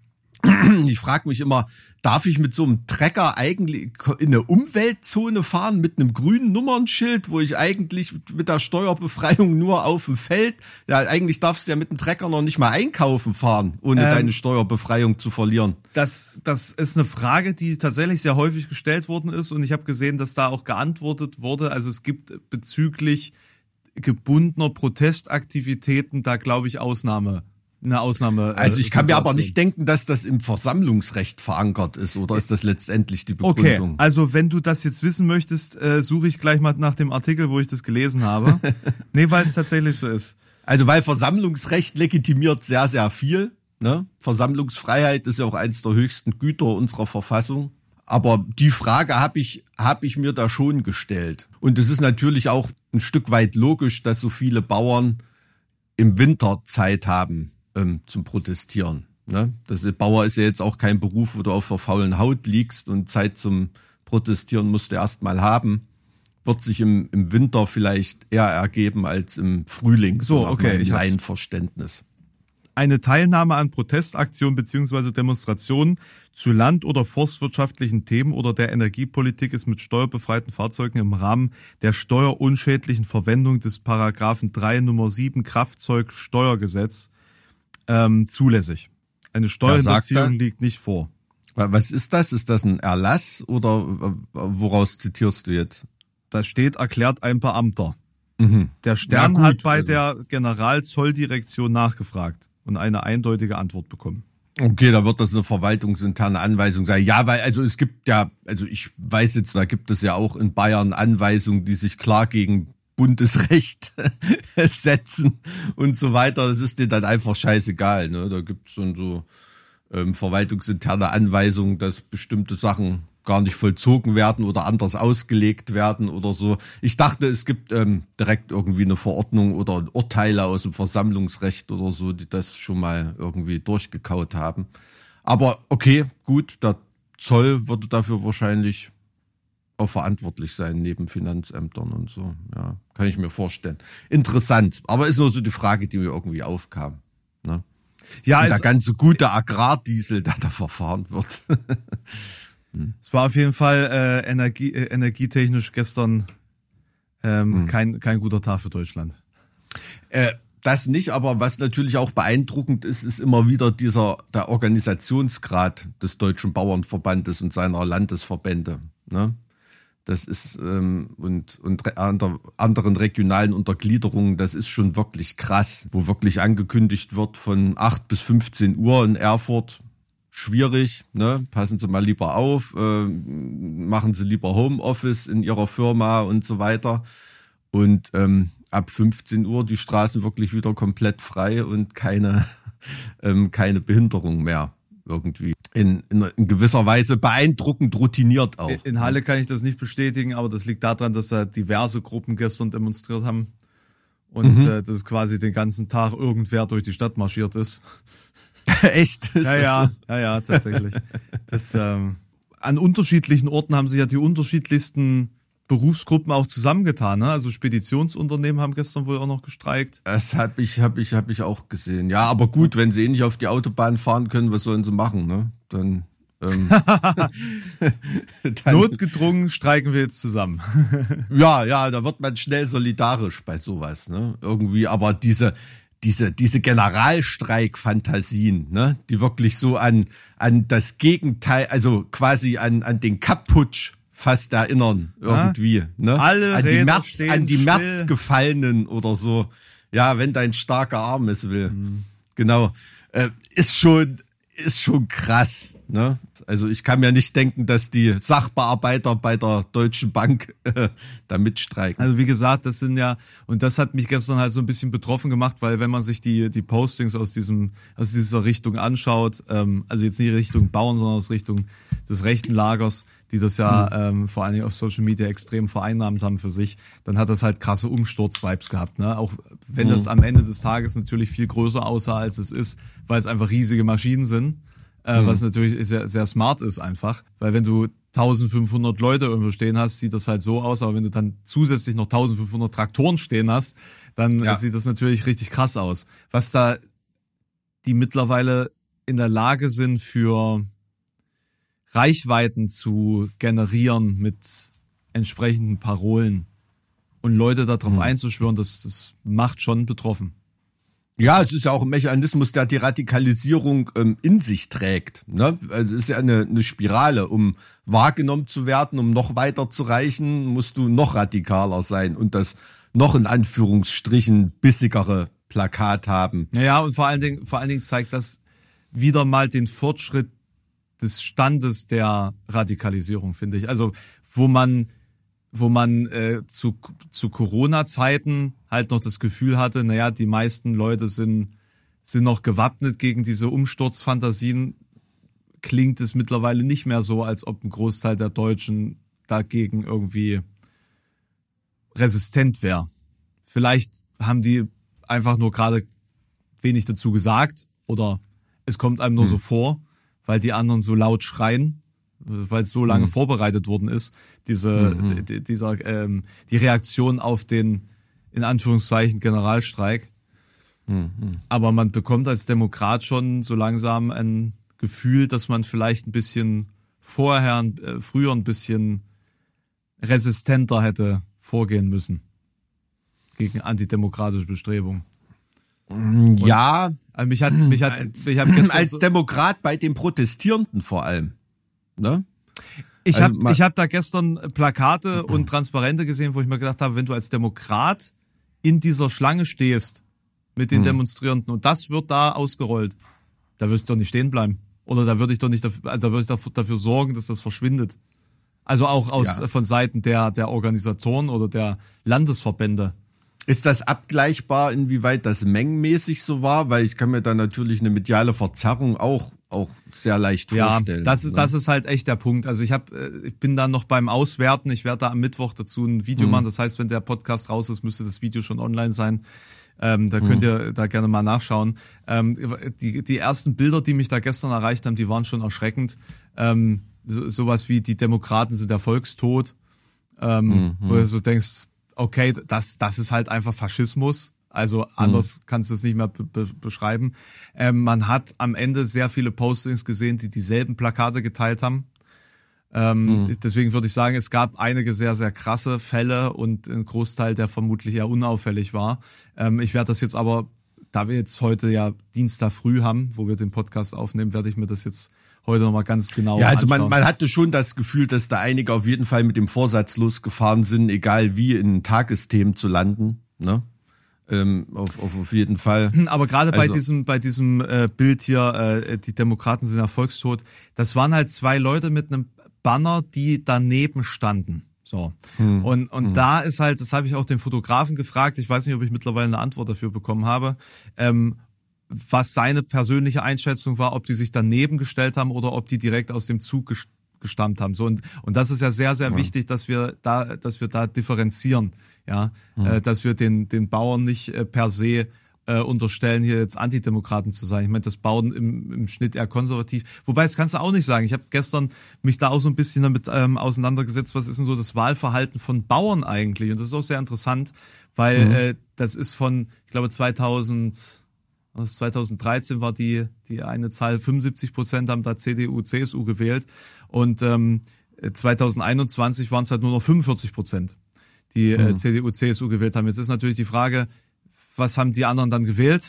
ich frage mich immer, darf ich mit so einem Trecker eigentlich in eine Umweltzone fahren mit einem grünen Nummernschild, wo ich eigentlich mit der Steuerbefreiung nur auf dem Feld, ja, eigentlich darfst du ja mit dem Trecker noch nicht mal einkaufen fahren, ohne ähm, deine Steuerbefreiung zu verlieren. Das, das ist eine Frage, die tatsächlich sehr häufig gestellt worden ist und ich habe gesehen, dass da auch geantwortet wurde. Also es gibt bezüglich gebundener Protestaktivitäten da, glaube ich, Ausnahme. Eine Ausnahme. Also ich kann mir aber nicht denken, dass das im Versammlungsrecht verankert ist, oder ist das letztendlich die Begründung? Okay, also wenn du das jetzt wissen möchtest, äh, suche ich gleich mal nach dem Artikel, wo ich das gelesen habe. Nee, weil es tatsächlich so ist. Also weil Versammlungsrecht legitimiert sehr, sehr viel, ne? Versammlungsfreiheit ist ja auch eins der höchsten Güter unserer Verfassung. Aber die Frage habe ich, habe ich mir da schon gestellt. Und es ist natürlich auch ein Stück weit logisch, dass so viele Bauern im Winter Zeit haben zum Protestieren. Ne? Das Bauer ist ja jetzt auch kein Beruf, wo du auf der faulen Haut liegst und Zeit zum Protestieren musst du erst mal haben. Wird sich im, im Winter vielleicht eher ergeben als im Frühling. So, okay. Ich ein Verständnis. Eine Teilnahme an Protestaktionen bzw. Demonstrationen zu land- oder forstwirtschaftlichen Themen oder der Energiepolitik ist mit steuerbefreiten Fahrzeugen im Rahmen der steuerunschädlichen Verwendung des Paragraphen drei Nummer sieben Kraftzeugsteuergesetz Ähm, zulässig. Eine Steuerhinterziehung ja, liegt nicht vor. Was ist das? Ist das ein Erlass oder woraus zitierst du jetzt? Da steht, erklärt ein Beamter. Mhm. Der Stern ja, hat bei also. der Generalzolldirektion nachgefragt und eine eindeutige Antwort bekommen. Okay, da wird das eine verwaltungsinterne Anweisung sein. Ja, weil also es gibt ja, also ich weiß jetzt, da gibt es ja auch in Bayern Anweisungen, die sich klar gegen Bundesrecht setzen und so weiter. Das ist dir dann einfach scheißegal. Ne? Da gibt es schon so ähm, verwaltungsinterne Anweisungen, dass bestimmte Sachen gar nicht vollzogen werden oder anders ausgelegt werden oder so. Ich dachte, es gibt ähm, direkt irgendwie eine Verordnung oder Urteile aus dem Versammlungsrecht oder so, die das schon mal irgendwie durchgekaut haben. Aber okay, gut, der Zoll würde dafür wahrscheinlich auch verantwortlich sein, neben Finanzämtern und so. Ja, kann ich mir vorstellen. Interessant, aber ist nur so die Frage, die mir irgendwie aufkam. Ne? Ja, und der ganze gute Agrardiesel, der da verfahren wird. hm. Es war auf jeden Fall äh, Energie, äh, energietechnisch gestern ähm, hm. kein, kein guter Tag für Deutschland. Äh, das nicht, aber was natürlich auch beeindruckend ist, ist immer wieder dieser der Organisationsgrad des Deutschen Bauernverbandes und seiner Landesverbände. Ne? Das ist ähm, und und an anderen regionalen Untergliederungen, das ist schon wirklich krass, wo wirklich angekündigt wird von acht bis fünfzehn Uhr in Erfurt. Schwierig, ne? Passen Sie mal lieber auf, äh, machen Sie lieber Homeoffice in Ihrer Firma und so weiter. Und ähm, ab fünfzehn Uhr die Straßen wirklich wieder komplett frei und keine ähm, keine Behinderung mehr. Irgendwie in, in, in gewisser Weise beeindruckend routiniert auch. In Halle kann ich das nicht bestätigen, aber das liegt daran, dass da diverse Gruppen gestern demonstriert haben und mhm. äh, dass quasi den ganzen Tag irgendwer durch die Stadt marschiert ist. Echt? Ist ja, ja, so? ja, ja, tatsächlich. Das, ähm, an unterschiedlichen Orten haben sich ja die unterschiedlichsten Berufsgruppen auch zusammengetan, ne? Also Speditionsunternehmen haben gestern wohl auch noch gestreikt. Das habe ich, habe ich, habe ich auch gesehen. Ja, aber gut, wenn sie eh nicht auf die Autobahn fahren können, was sollen sie machen, ne? Dann Ähm, dann, Notgedrungen streiken wir jetzt zusammen. ja, ja, da wird man schnell solidarisch bei sowas, ne? Irgendwie, aber diese, diese, diese Generalstreik-Fantasien, ne? Die wirklich so an, an das Gegenteil, also quasi an, an den Kapp-Putsch fast erinnern, irgendwie, ja? Ne? Alle an die Räder März, stehen an die still. Märzgefallenen oder so. Ja, wenn dein starker Arm es will. Mhm. Genau. Äh, ist schon, ist schon krass. Ne? Also ich kann mir nicht denken, dass die Sachbearbeiter bei der Deutschen Bank äh, da mitstreiken. Also wie gesagt, das sind ja, und das hat mich gestern halt so ein bisschen betroffen gemacht, weil wenn man sich die die Postings aus diesem aus dieser Richtung anschaut, ähm, also jetzt nicht Richtung Bauern, sondern aus Richtung des rechten Lagers, die das ja mhm. ähm, vor allen Dingen auf Social Media extrem vereinnahmt haben für sich, dann hat das halt krasse Umsturz-Vibes gehabt. Ne? Auch wenn mhm. das am Ende des Tages natürlich viel größer aussah, als es ist, weil es einfach riesige Maschinen sind. Äh, mhm. Was natürlich sehr, sehr smart ist einfach, weil wenn du eintausendfünfhundert Leute irgendwo stehen hast, sieht das halt so aus, aber wenn du dann zusätzlich noch eintausendfünfhundert Traktoren stehen hast, dann ja. sieht das natürlich richtig krass aus. Was da die mittlerweile in der Lage sind, für Reichweiten zu generieren mit entsprechenden Parolen und Leute darauf mhm. einzuschwören, das, das macht schon betroffen. Ja, es ist ja auch ein Mechanismus, der die Radikalisierung ähm, in sich trägt. Ne? Also es ist ja eine, eine Spirale. Um wahrgenommen zu werden, um noch weiter zu reichen, musst du noch radikaler sein und das noch in Anführungsstrichen bissigere Plakat haben. Ja, und vor allen Dingen, vor allen Dingen zeigt das wieder mal den Fortschritt des Standes der Radikalisierung, finde ich. Also wo man wo man äh, zu zu Corona-Zeiten halt noch das Gefühl hatte, naja, die meisten Leute sind sind noch gewappnet gegen diese Umsturzfantasien, klingt es mittlerweile nicht mehr so, als ob ein Großteil der Deutschen dagegen irgendwie resistent wäre. Vielleicht haben die einfach nur gerade wenig dazu gesagt oder es kommt einem nur hm. so vor, weil die anderen so laut schreien, weil es so lange mhm. vorbereitet worden ist, diese, mhm. die, dieser, ähm, die Reaktion auf den, in Anführungszeichen, Generalstreik. Mhm. Aber man bekommt als Demokrat schon so langsam ein Gefühl, dass man vielleicht ein bisschen vorher, äh, früher ein bisschen resistenter hätte vorgehen müssen gegen antidemokratische Bestrebungen. Und ja. Also mich hat, mich hat, als, ich hab gestern als so Demokrat bei den Protestierenden vor allem. Ne? Ich habe also, ich hab da gestern Plakate und Transparente gesehen, wo ich mir gedacht habe, wenn du als Demokrat in dieser Schlange stehst mit den mhm. Demonstrierenden und das wird da ausgerollt, da würde ich doch nicht stehen bleiben. Oder da würde ich doch nicht dafür, also da würde ich dafür, dafür sorgen, dass das verschwindet. Also auch aus ja. von Seiten der der Organisatoren oder der Landesverbände. Ist das abgleichbar, inwieweit das mengenmäßig so war? Weil ich kann mir da natürlich eine mediale Verzerrung auch auch sehr leicht vorstellen. Ja, das ist ne? das ist halt echt der Punkt. Also ich habe ich bin da noch beim Auswerten. Ich werde da am Mittwoch dazu ein Video mhm. machen. Das heißt, wenn der Podcast raus ist, müsste das Video schon online sein. Ähm, da könnt mhm. ihr da gerne mal nachschauen. Ähm, die die ersten Bilder, die mich da gestern erreicht haben, die waren schon erschreckend. Ähm, so, sowas wie die Demokraten sind der Volkstod, ähm, mhm. wo du so denkst, okay, das das ist halt einfach Faschismus. Also anders mhm. kannst du es nicht mehr be- be- beschreiben. Ähm, man hat am Ende sehr viele Postings gesehen, die dieselben Plakate geteilt haben. Ähm, mhm. Deswegen würde ich sagen, es gab einige sehr, sehr krasse Fälle und ein Großteil, der vermutlich eher unauffällig war. Ähm, ich werde das jetzt aber, da wir jetzt heute ja Dienstag früh haben, wo wir den Podcast aufnehmen, werde ich mir das jetzt heute nochmal ganz genau Ja, also anschauen. man, man hatte schon das Gefühl, dass da einige auf jeden Fall mit dem Vorsatz losgefahren sind, egal wie in Tagesthemen zu landen, ne? Ähm, auf, auf, auf jeden Fall. Aber gerade bei also, diesem bei diesem äh, Bild hier, äh, die Demokraten sind erfolgstod, das waren halt zwei Leute mit einem Banner, die daneben standen. So. Hm. Und und hm. da ist halt, das habe ich auch den Fotografen gefragt, ich weiß nicht, ob ich mittlerweile eine Antwort dafür bekommen habe, ähm, was seine persönliche Einschätzung war, ob die sich daneben gestellt haben oder ob die direkt aus dem Zug gest- gestammt haben. So und und das ist ja sehr sehr ja. wichtig, dass wir da dass wir da differenzieren, ja, mhm. äh, dass wir den den Bauern nicht äh, per se äh, unterstellen, hier jetzt Antidemokraten zu sein. Ich meine, das Bauern im im Schnitt eher konservativ. Wobei, das kannst du auch nicht sagen. Ich habe gestern mich da auch so ein bisschen damit ähm, auseinandergesetzt, was ist denn so das Wahlverhalten von Bauern eigentlich? Und das ist auch sehr interessant, weil mhm. äh, das ist von, ich glaube, zweitausend Also zweitausenddreizehn war die die eine Zahl, fünfundsiebzig Prozent haben da C D U, C S U gewählt und ähm, zweitausendeinundzwanzig waren es halt nur noch fünfundvierzig Prozent, die mhm. äh, C D U, C S U gewählt haben. Jetzt ist natürlich die Frage, was haben die anderen dann gewählt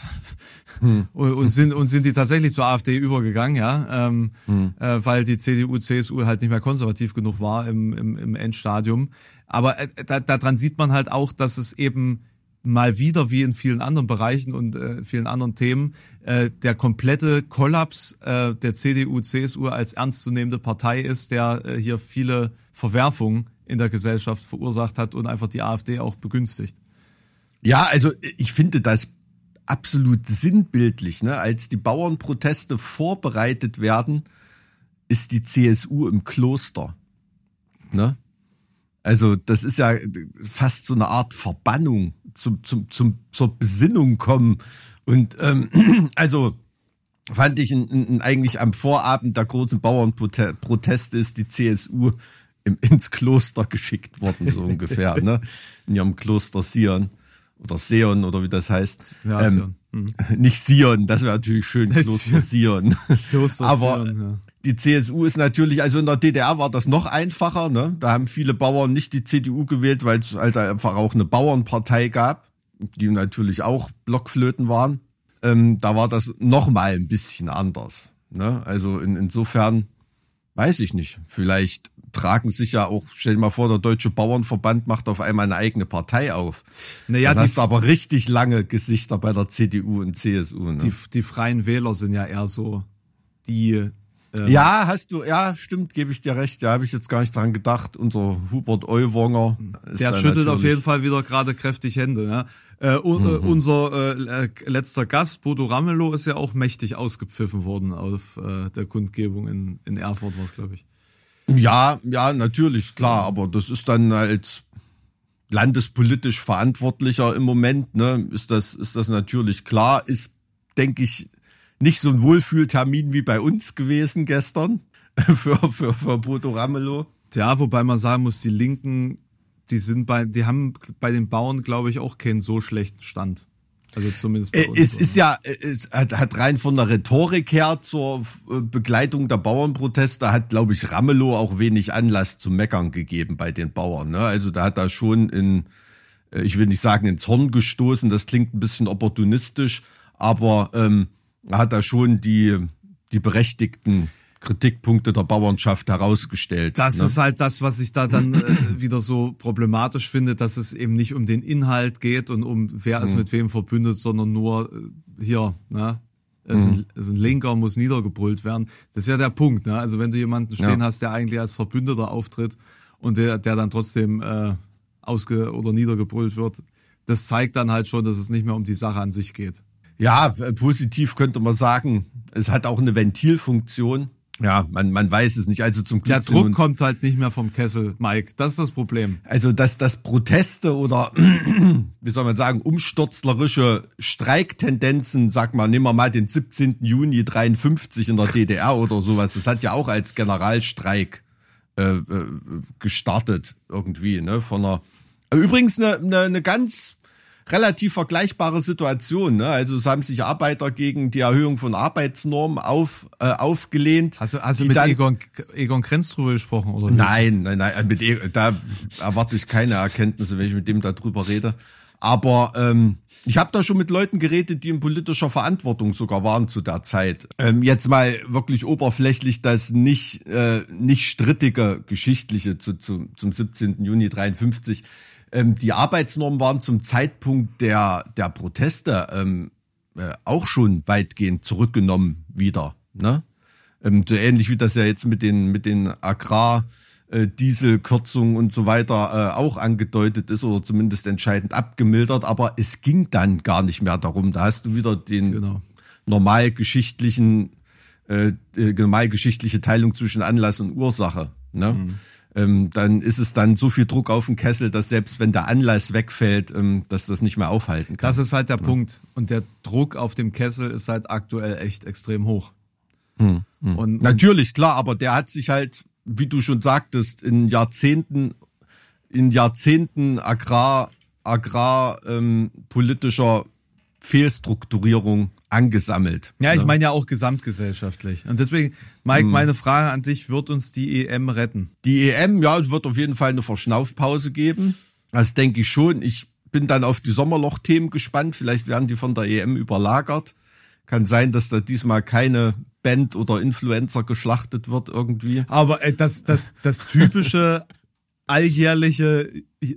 hm. und, und sind und sind die tatsächlich zur AfD übergegangen, ja, ähm, hm. äh, weil die C D U, C S U halt nicht mehr konservativ genug war im, im, im Endstadium. Aber äh, da, daran sieht man halt auch, dass es eben mal wieder wie in vielen anderen Bereichen und äh, vielen anderen Themen äh, der komplette Kollaps äh, der C D U, C S U als ernstzunehmende Partei ist, der äh, hier viele Verwerfungen in der Gesellschaft verursacht hat und einfach die AfD auch begünstigt. Ja, also ich finde das absolut sinnbildlich, ne? Als die Bauernproteste vorbereitet werden, ist die C S U im Kloster, ne? Also das ist ja fast so eine Art Verbannung, zum zum zum zur Besinnung kommen und ähm, also fand ich in, in, eigentlich am Vorabend der großen Bauernproteste ist die C S U im, ins Kloster geschickt worden, so ungefähr, ne? In ihrem Kloster Sion. Oder Sion oder wie das heißt. Ja, ähm, Sion. Mhm. Nicht Sion, das wäre natürlich schön, Kloster Sion. Kloster Aber Sion, ja. Die C S U ist natürlich, also in der D D R war das noch einfacher, ne? Da haben viele Bauern nicht die C D U gewählt, weil es halt einfach auch eine Bauernpartei gab, die natürlich auch Blockflöten waren. Ähm, da war das noch mal ein bisschen anders, ne? Also in, insofern weiß ich nicht, vielleicht tragen sich ja auch, stell dir mal vor, der Deutsche Bauernverband macht auf einmal eine eigene Partei auf. Naja, Dann die, hast du aber richtig lange Gesichter bei der C D U und C S U. Ne? Die, die Freien Wähler sind ja eher so die... Ähm, ja, hast du, ja, stimmt, gebe ich dir recht. Ja, habe ich jetzt gar nicht dran gedacht. Unser Hubert Euwanger ist der schüttelt auf jeden Fall wieder gerade kräftig Hände. Ne? Äh, un, mhm. Unser äh, letzter Gast, Bodo Ramelow, ist ja auch mächtig ausgepfiffen worden auf äh, der Kundgebung in, in Erfurt, war es, glaube ich. Ja, ja, natürlich, klar, aber das ist dann als landespolitisch Verantwortlicher im Moment, ne, ist das, ist das natürlich klar, ist, denke ich, nicht so ein Wohlfühltermin wie bei uns gewesen gestern für, für, für Bodo Ramelow. Ja, wobei man sagen muss, die Linken, die sind bei, die haben bei den Bauern, glaube ich, auch keinen so schlechten Stand. Also zumindest bei uns. Es ist ja, es hat, hat rein von der Rhetorik her zur Begleitung der Bauernproteste hat, glaube ich, Ramelow auch wenig Anlass zum Meckern gegeben bei den Bauern. Ne? Also da hat er schon in, ich will nicht sagen ins Horn gestoßen, das klingt ein bisschen opportunistisch, aber ähm, er hat da schon die, die berechtigten Kritikpunkte der Bauernschaft herausgestellt. Das ne? ist halt das, was ich da dann äh, wieder so problematisch finde, dass es eben nicht um den Inhalt geht und um wer ist mhm. mit wem verbündet, sondern nur äh, hier, ne? Es ist, ein, es ist ein Linker, muss niedergebrüllt werden. Das ist ja der Punkt, ne? Also wenn du jemanden stehen ja. hast, der eigentlich als Verbündeter auftritt und der, der dann trotzdem äh, ausge- oder niedergebrüllt wird, das zeigt dann halt schon, dass es nicht mehr um die Sache an sich geht. Ja, positiv könnte man sagen, es hat auch eine Ventilfunktion. Ja, man, man weiß es nicht. Also zum Glück der Druck kommt halt nicht mehr vom Kessel, Mike. Das ist das Problem. Also, dass das Proteste oder, wie soll man sagen, umstürzlerische Streiktendenzen, sag mal, nehmen wir mal den siebzehnten Juni dreiundfünfzig in der D D R oder sowas. Das hat ja auch als Generalstreik äh, gestartet irgendwie, ne? Von einer. Übrigens eine, eine, eine ganz relativ vergleichbare Situation, ne? Also es haben sich Arbeiter gegen die Erhöhung von Arbeitsnormen auf, äh, aufgelehnt. Hast du, hast du mit dann, Egon, Egon Krenz drüber gesprochen? Oder nein, nein, nein, mit Egon, da erwarte ich keine Erkenntnisse, wenn ich mit dem darüber rede. Aber ähm, ich habe da schon mit Leuten geredet, die in politischer Verantwortung sogar waren zu der Zeit. Ähm, jetzt mal wirklich oberflächlich das nicht äh, nicht strittige Geschichtliche zu, zu, zum siebzehnten Juni dreiundfünfzig. Ähm, die Arbeitsnormen waren zum Zeitpunkt der der Proteste ähm, äh, auch schon weitgehend zurückgenommen wieder. Ne? Ähm, so ähnlich wie das ja jetzt mit den mit den Agrar äh, Dieselkürzungen und so weiter äh, auch angedeutet ist oder zumindest entscheidend abgemildert. Aber es ging dann gar nicht mehr darum. Da hast du wieder den genau. normalgeschichtlichen äh, normalgeschichtliche Teilung zwischen Anlass und Ursache. Ne? Mhm. Ähm, dann ist es dann so viel Druck auf den Kessel, dass selbst wenn der Anlass wegfällt, ähm, dass das nicht mehr aufhalten kann. Das ist halt der ja. Punkt. Und der Druck auf dem Kessel ist halt aktuell echt extrem hoch. Hm, hm. Und, Natürlich, klar, aber der hat sich halt, wie du schon sagtest, in Jahrzehnten, in Jahrzehnten Agrar, Agrar ähm, politischer Fehlstrukturierung angesammelt. Ja, ich ne? meine ja auch gesamtgesellschaftlich. Und deswegen, Mike, hm. meine Frage an dich, wird uns die E M retten? Die E M, ja, es wird auf jeden Fall eine Verschnaufpause geben. Das denke ich schon. Ich bin dann auf die Sommerloch-Themen gespannt. Vielleicht werden die von der E M überlagert. Kann sein, dass da diesmal keine Band oder Influencer geschlachtet wird irgendwie. Aber äh, das, das, das typische alljährliche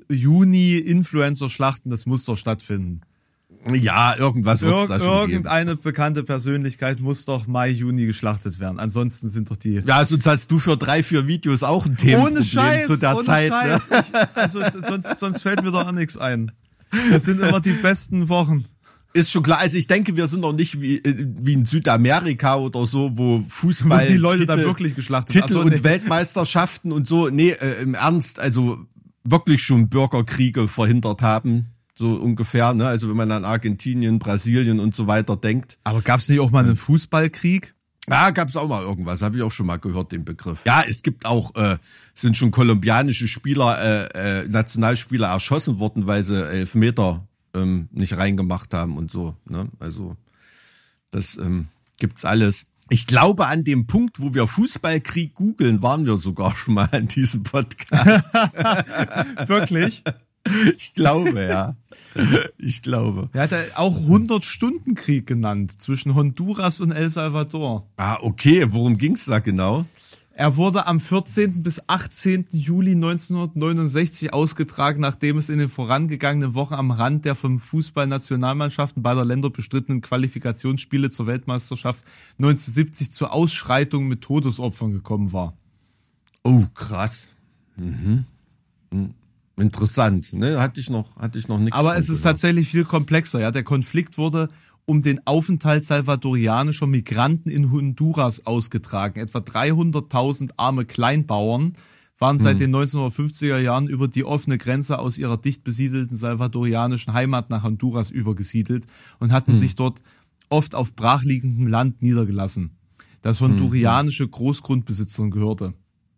Juni-Influencer-Schlachten, das muss doch stattfinden. Ja, irgendwas wird es Ir- da schon geben. Irgendeine bekannte Persönlichkeit muss doch Mai, Juni geschlachtet werden. Ansonsten sind doch die... Ja, sonst hast du für drei, vier Videos auch ein Themenproblem ohne Scheiß, zu der ohne Zeit. Scheiß. Ne? Ich, also sonst, sonst fällt mir doch auch nichts ein. Das sind immer die besten Wochen. Ist schon klar. Also ich denke, wir sind noch nicht wie, wie in Südamerika oder so, wo Fußball, Wo die Leute Titel, da wirklich geschlachtet Titel Ach so, und nee. Weltmeisterschaften und so. Nee, äh, im Ernst, also wirklich schon Bürgerkriege verhindert haben. So ungefähr, ne? Also wenn man an Argentinien, Brasilien und so weiter denkt. Aber gab es nicht auch mal einen Fußballkrieg? Ja, gab es auch mal irgendwas, habe ich auch schon mal gehört, den Begriff. Ja, es gibt auch, äh, sind schon kolumbianische Spieler, äh, äh, Nationalspieler erschossen worden, weil sie Elfmeter ähm, nicht reingemacht haben und so. Ne? Also das ähm, gibt's alles. Ich glaube, an dem Punkt, wo wir Fußballkrieg googeln, waren wir sogar schon mal an diesem Podcast. Wirklich? Ich glaube, ja. Ich glaube. Er hat ja auch hundert-Stunden-Krieg genannt zwischen Honduras und El Salvador. Ah, okay. Worum ging's da genau? Er wurde am vierzehnten bis achtzehnten Juli neunzehnhundertneunundsechzig ausgetragen, nachdem es in den vorangegangenen Wochen am Rand der vom Fußballnationalmannschaften beider Länder bestrittenen Qualifikationsspiele zur Weltmeisterschaft neunzehnhundertsiebzig zur Ausschreitung mit Todesopfern gekommen war. Oh, krass. Mhm. Mhm. Interessant, ne? Hatte ich noch, hatte ich noch nichts. Aber es ist gehört. tatsächlich viel komplexer. Ja, der Konflikt wurde um den Aufenthalt salvadorianischer Migranten in Honduras ausgetragen. Etwa dreihunderttausend arme Kleinbauern waren seit hm. den neunzehnhundertfünfziger Jahren über die offene Grenze aus ihrer dicht besiedelten salvadorianischen Heimat nach Honduras übergesiedelt und hatten hm. sich dort oft auf brachliegendem Land niedergelassen, das hondurianische Großgrundbesitzern gehörte.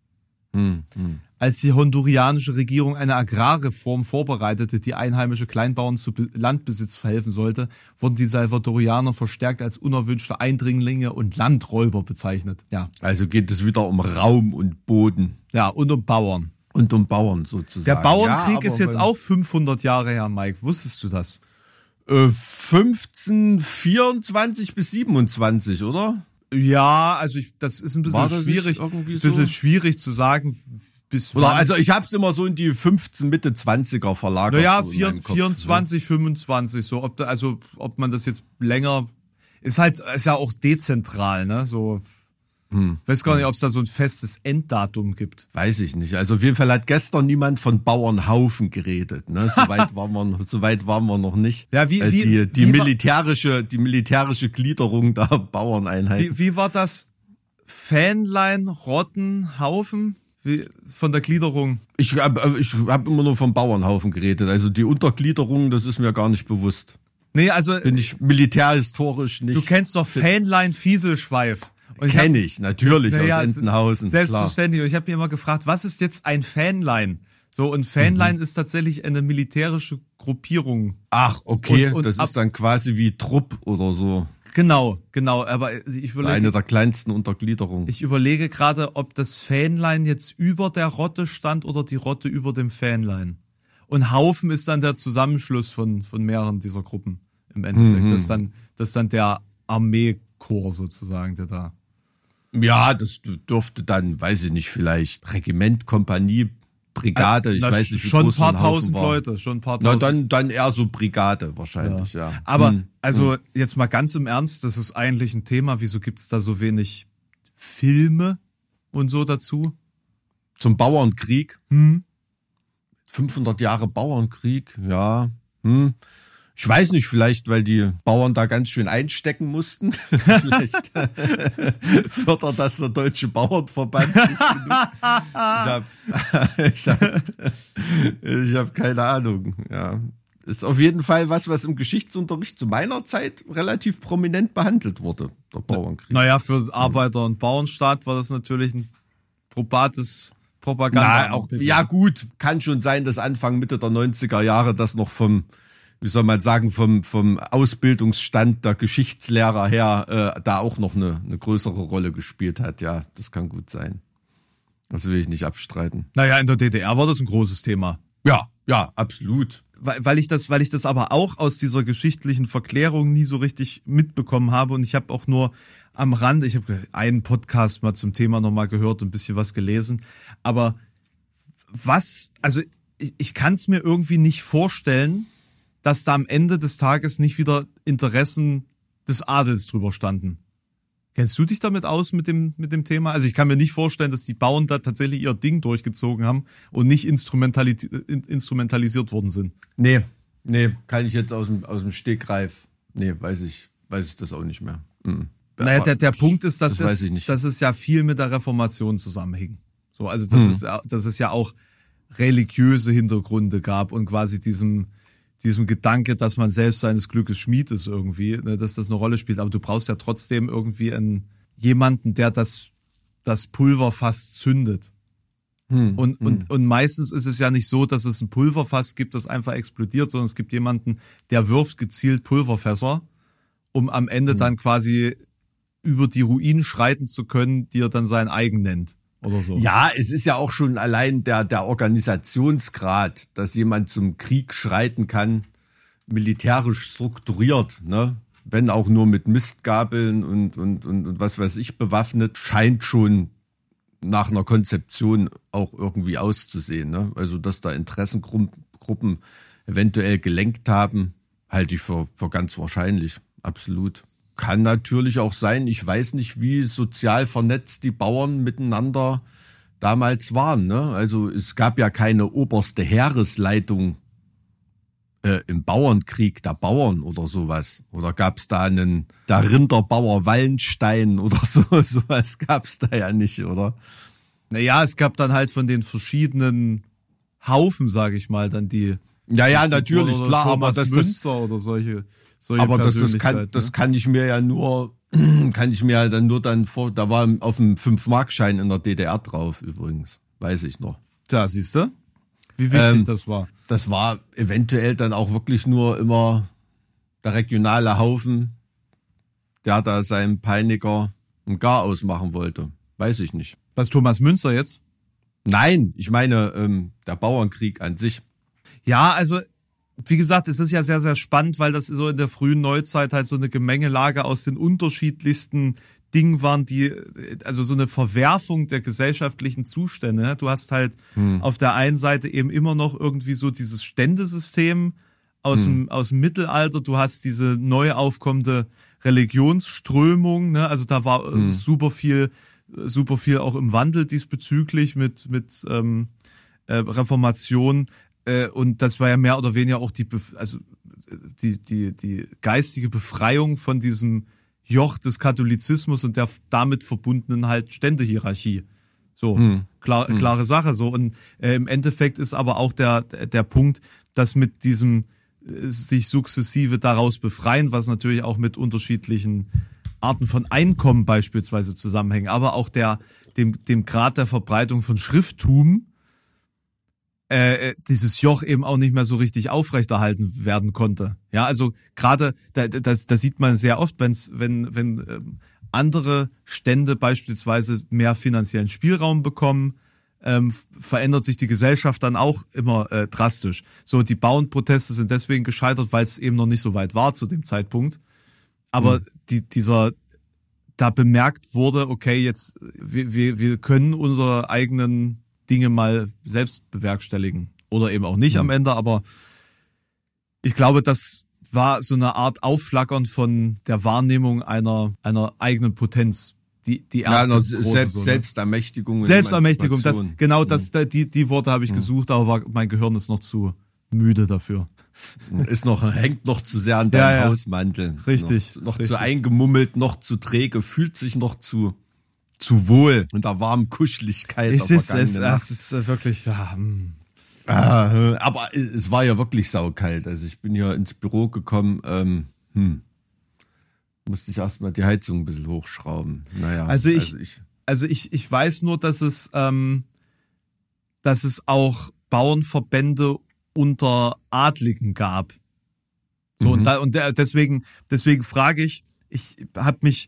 Hm. Hm. Als die hondurianische Regierung eine Agrarreform vorbereitete, die einheimische Kleinbauern zu Be- Landbesitz verhelfen sollte, wurden die Salvadorianer verstärkt als unerwünschte Eindringlinge und Landräuber bezeichnet. Ja, Also geht es wieder um Raum und Boden ja, und um Bauern. und um Bauern sozusagen. Der Bauernkrieg ja, ist jetzt wenn- auch fünfhundert Jahre her, Mike. Wusstest du das? äh, fünfzehnhundertvierundzwanzig bis siebenundzwanzig, oder? Ja, also ich, das ist ein War bisschen das nicht schwierig, irgendwie bisschen so? schwierig zu sagen. Bis Oder wann. also ich hab's immer so in die fünfzehn Mitte zwanziger verlagert. Naja, so in vier, meinem Kopf, vierundzwanzig, fünfundzwanzig, so, ob da, also, ob man das jetzt länger, ist halt, ist ja auch dezentral, ne, so, hm. weiß gar nicht, ob es da so ein festes Enddatum gibt. Ne? Weiß ich nicht. Also auf jeden Fall hat gestern niemand von Bauernhaufen geredet, ne? Soweit waren wir, soweit waren wir noch nicht. Ja, wie, äh, wie, die, die wie war- militärische, die militärische Gliederung der Bauerneinheiten. Wie, wie war das? Fähnlein, Rotten, Haufen? Wie, von der Gliederung? Ich habe ich hab immer nur vom Bauernhaufen geredet. Also die Untergliederung, das ist mir gar nicht bewusst. Nee, also, Bin ich militärhistorisch nicht. du kennst doch Fähnlein, Fieselschweif. Und ich hab- Kenn ich, natürlich, Naja, aus Entenhausen. Klar. Selbstverständlich. Und ich habe mir immer gefragt, was ist jetzt ein Fähnlein? So, und Fähnlein Mhm. ist tatsächlich eine militärische Gruppierung. Ach, okay, Und- und das ab- ist dann quasi wie Trupp oder so. Genau, genau. Aber ich Eine überlege, der kleinsten Untergliederungen. ich überlege gerade, ob das Fähnlein jetzt über der Rotte stand oder die Rotte über dem Fähnlein. Und Haufen ist dann der Zusammenschluss von, von mehreren dieser Gruppen im Endeffekt. Mhm. Das ist dann, das ist dann der Armeekorps sozusagen, der da. Ja, das dürfte dann, weiß ich nicht, vielleicht Regiment, Kompanie, Brigade, ich Na, weiß nicht, wie schon ein groß so paar ein Haufen tausend war. Leute, schon ein paar Na, tausend. dann, dann eher so Brigade wahrscheinlich, ja. Aber Hm. also jetzt mal ganz im Ernst, das ist eigentlich ein Thema. Wieso gibt's da so wenig Filme und so dazu? Zum Bauernkrieg. Hm. fünfhundert Jahre Bauernkrieg, ja. Hm. Ich weiß nicht, vielleicht, weil die Bauern da ganz schön einstecken mussten. Vielleicht fördert das der Deutsche Bauernverband nicht genug. Ich habe ich hab, ich hab keine Ahnung, ja. Ist auf jeden Fall was, was im Geschichtsunterricht zu meiner Zeit relativ prominent behandelt wurde, der Bauernkrieg. Naja, für Arbeiter- und Bauernstaat war das natürlich ein probates Propaganda. Na, auch, ja gut, kann schon sein, dass Anfang, Mitte der neunziger Jahre das noch vom wie soll man sagen, vom, vom Ausbildungsstand der Geschichtslehrer her äh, da auch noch eine, eine größere Rolle gespielt hat. Ja, das kann gut sein. Das will ich nicht abstreiten. Naja, in der D D R war das ein großes Thema. Ja, ja, absolut. Weil, weil ich das, weil ich das aber auch aus dieser geschichtlichen Verklärung nie so richtig mitbekommen habe und ich habe auch nur am Rand, ich habe einen Podcast mal zum Thema nochmal gehört und ein bisschen was gelesen, aber was, also ich, ich kann es mir irgendwie nicht vorstellen, dass da am Ende des Tages nicht wieder Interessen des Adels drüber standen. Kennst du dich damit aus mit dem, mit dem Thema? Also ich kann mir nicht vorstellen, dass die Bauern da tatsächlich ihr Ding durchgezogen haben und nicht instrumentalis- instrumentalisiert worden sind. Nee, nee, kann ich jetzt aus dem, aus dem Stegreif. Nee, weiß ich, weiß ich das auch nicht mehr. Mhm. Naja, der, der Punkt ist, dass, das es, dass es ja viel mit der Reformation zusammenhing. So, also dass, mhm. es, dass es ja auch religiöse Hintergründe gab und quasi diesem, diesem Gedanke, dass man selbst seines Glückes Schmied ist irgendwie, ne, dass das eine Rolle spielt. Aber du brauchst ja trotzdem irgendwie einen, jemanden, der das, das Pulverfass zündet. Hm, und, hm. und, und meistens ist es ja nicht so, dass es ein Pulverfass gibt, das einfach explodiert, sondern es gibt jemanden, der wirft gezielt Pulverfässer, um am Ende hm. dann quasi über die Ruinen schreiten zu können, die er dann sein eigen nennt. Oder so. Ja, es ist ja auch schon allein der, der Organisationsgrad, dass jemand zum Krieg schreiten kann, militärisch strukturiert, ne? Wenn auch nur mit Mistgabeln und, und, und, und was weiß ich bewaffnet, scheint schon nach einer Konzeption auch irgendwie auszusehen, ne? Also, dass da Interessengruppen eventuell gelenkt haben, halte ich für, für ganz wahrscheinlich. Absolut. Kann natürlich auch sein, ich weiß nicht, wie sozial vernetzt die Bauern miteinander damals waren, ne? Also es gab ja keine oberste Heeresleitung äh, im Bauernkrieg der Bauern oder sowas. Oder gab es da einen, der Rinderbauer Wallenstein oder so, sowas gab es da ja nicht, oder? Naja, es gab dann halt von den verschiedenen Haufen, sage ich mal, dann die... Ja, ja, natürlich, klar, aber das, das oder solche... Aber das, das, kann, das kann ich mir ja nur, kann ich mir ja dann nur dann vor, da war auf dem fünf-Mark-Schein in der D D R drauf übrigens, weiß ich noch. Da, siehst du, wie wichtig ähm, das war. Das war eventuell dann auch wirklich nur immer der regionale Haufen, der da seinem Peiniger ein Gar ausmachen wollte, weiß ich nicht. Was, Thomas Münzer jetzt? Nein, ich meine ähm, der Bauernkrieg an sich. Ja, also wie gesagt, es ist ja sehr, sehr spannend, weil das so in der frühen Neuzeit halt so eine Gemengelage aus den unterschiedlichsten Dingen waren, die, also so eine Verwerfung der gesellschaftlichen Zustände. Du hast halt hm. auf der einen Seite eben immer noch irgendwie so dieses Ständesystem aus, hm. dem, aus dem Mittelalter. Du hast diese neu aufkommende Religionsströmung, ne? Also da war hm. super viel, super viel auch im Wandel diesbezüglich mit, mit ähm, äh, Reformation. Und das war ja mehr oder weniger auch die, also die, die, die geistige Befreiung von diesem Joch des Katholizismus und der damit verbundenen halt Ständehierarchie. So, hm. klar, hm. klare Sache. So, und äh, im Endeffekt ist aber auch der, der Punkt, dass mit diesem äh, sich sukzessive daraus befreien, was natürlich auch mit unterschiedlichen Arten von Einkommen beispielsweise zusammenhängen, aber auch der, dem, dem Grad der Verbreitung von Schrifttum, Äh, dieses Joch eben auch nicht mehr so richtig aufrechterhalten werden konnte. Ja, also gerade da, das, das sieht man sehr oft, wenn's, wenn wenn ähm, andere Stände beispielsweise mehr finanziellen Spielraum bekommen, ähm, verändert sich die Gesellschaft dann auch immer äh, drastisch. So, die Bauernproteste sind deswegen gescheitert, weil es eben noch nicht so weit war zu dem Zeitpunkt. Aber mhm. die, dieser da bemerkt wurde, okay, jetzt wir, wir, wir können unsere eigenen Dinge mal selbst bewerkstelligen. Oder eben auch nicht mhm. am Ende, aber ich glaube, das war so eine Art Aufflackern von der Wahrnehmung einer einer eigenen Potenz. Die die erste ja, große, Selbst, so, ne? Selbstermächtigung. Selbstermächtigung, das genau das mhm. die die Worte habe ich mhm. gesucht, aber war, mein Gehirn ist noch zu müde dafür. Ist noch hängt noch zu sehr an deinem ja, ja. Hausmantel. Richtig. Noch, noch richtig. zu eingemummelt, noch zu träge, fühlt sich noch zu zu wohl und der warmen Kuscheligkeit. Es ist es, es ist wirklich ja, ah, aber es war ja wirklich saukalt. Also ich bin hier ins Büro gekommen, ähm, hm, musste ich erstmal die Heizung ein bisschen hochschrauben. Naja, also ich, also ich, also ich, ich weiß nur, dass es, ähm, dass es auch Bauernverbände unter Adligen gab. So, mhm. und, da, und deswegen, deswegen frage ich, ich habe mich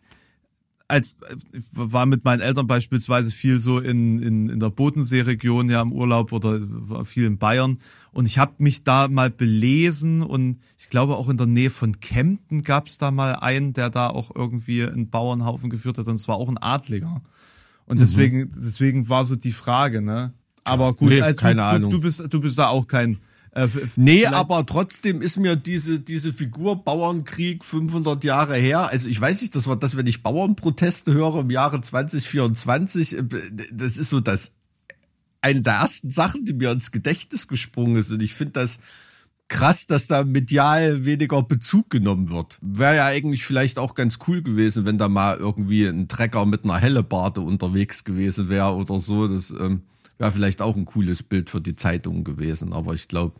als ich war mit meinen Eltern beispielsweise viel so in, in, in der Bodenseeregion ja im Urlaub oder war viel in Bayern und ich habe mich da mal belesen und ich glaube auch in der Nähe von Kempten gab es da mal einen, der da auch irgendwie einen Bauernhaufen geführt hat und es war auch ein Adliger. Und deswegen, mhm. deswegen war so die Frage, ne? Aber gut, nee, also keine du, Ahnung. Du bist, du bist da auch kein Äh, nee, aber trotzdem ist mir diese, diese Figur Bauernkrieg fünfhundert Jahre her, also ich weiß nicht, das war das, wenn ich Bauernproteste höre im Jahre zwanzig vierundzwanzig, das ist so das, eine der ersten Sachen, die mir ins Gedächtnis gesprungen ist und ich finde das krass, dass da medial weniger Bezug genommen wird. Wäre ja eigentlich vielleicht auch ganz cool gewesen, wenn da mal irgendwie ein Trecker mit einer Hellebarde unterwegs gewesen wäre oder so, das ähm, wäre vielleicht auch ein cooles Bild für die Zeitung gewesen, aber ich glaube,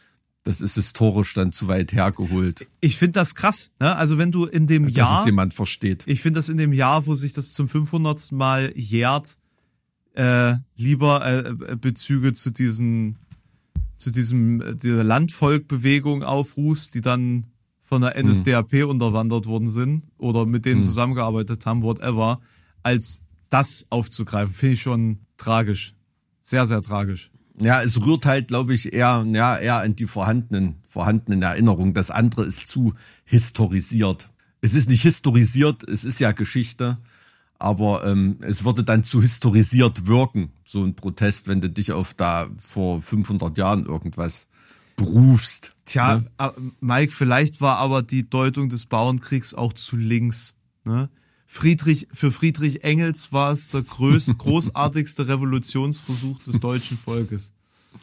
das ist historisch dann zu weit hergeholt. Ich finde das krass, ne? Also wenn du in dem dass Jahr... Dass es jemand versteht. Ich finde das in dem Jahr, wo sich das zum fünfhundertsten Mal jährt, äh, lieber äh, Bezüge zu diesen, zu diesem, dieser Landvolkbewegung aufrufst, die dann von der N S D A P hm. unterwandert worden sind oder mit denen hm. zusammengearbeitet haben, whatever, als das aufzugreifen, finde ich schon tragisch. Sehr, sehr tragisch. Ja, es rührt halt, glaube ich, eher, ja, eher an die vorhandenen, vorhandenen Erinnerungen. Das andere ist zu historisiert. Es ist nicht historisiert, es ist ja Geschichte, aber ähm, es würde dann zu historisiert wirken, so ein Protest, wenn du dich auf da vor fünfhundert Jahren irgendwas berufst. Tja, ne? Mike, vielleicht war aber die Deutung des Bauernkriegs auch zu links, ne? Friedrich, für Friedrich Engels war es der größte, großartigste Revolutionsversuch des deutschen Volkes.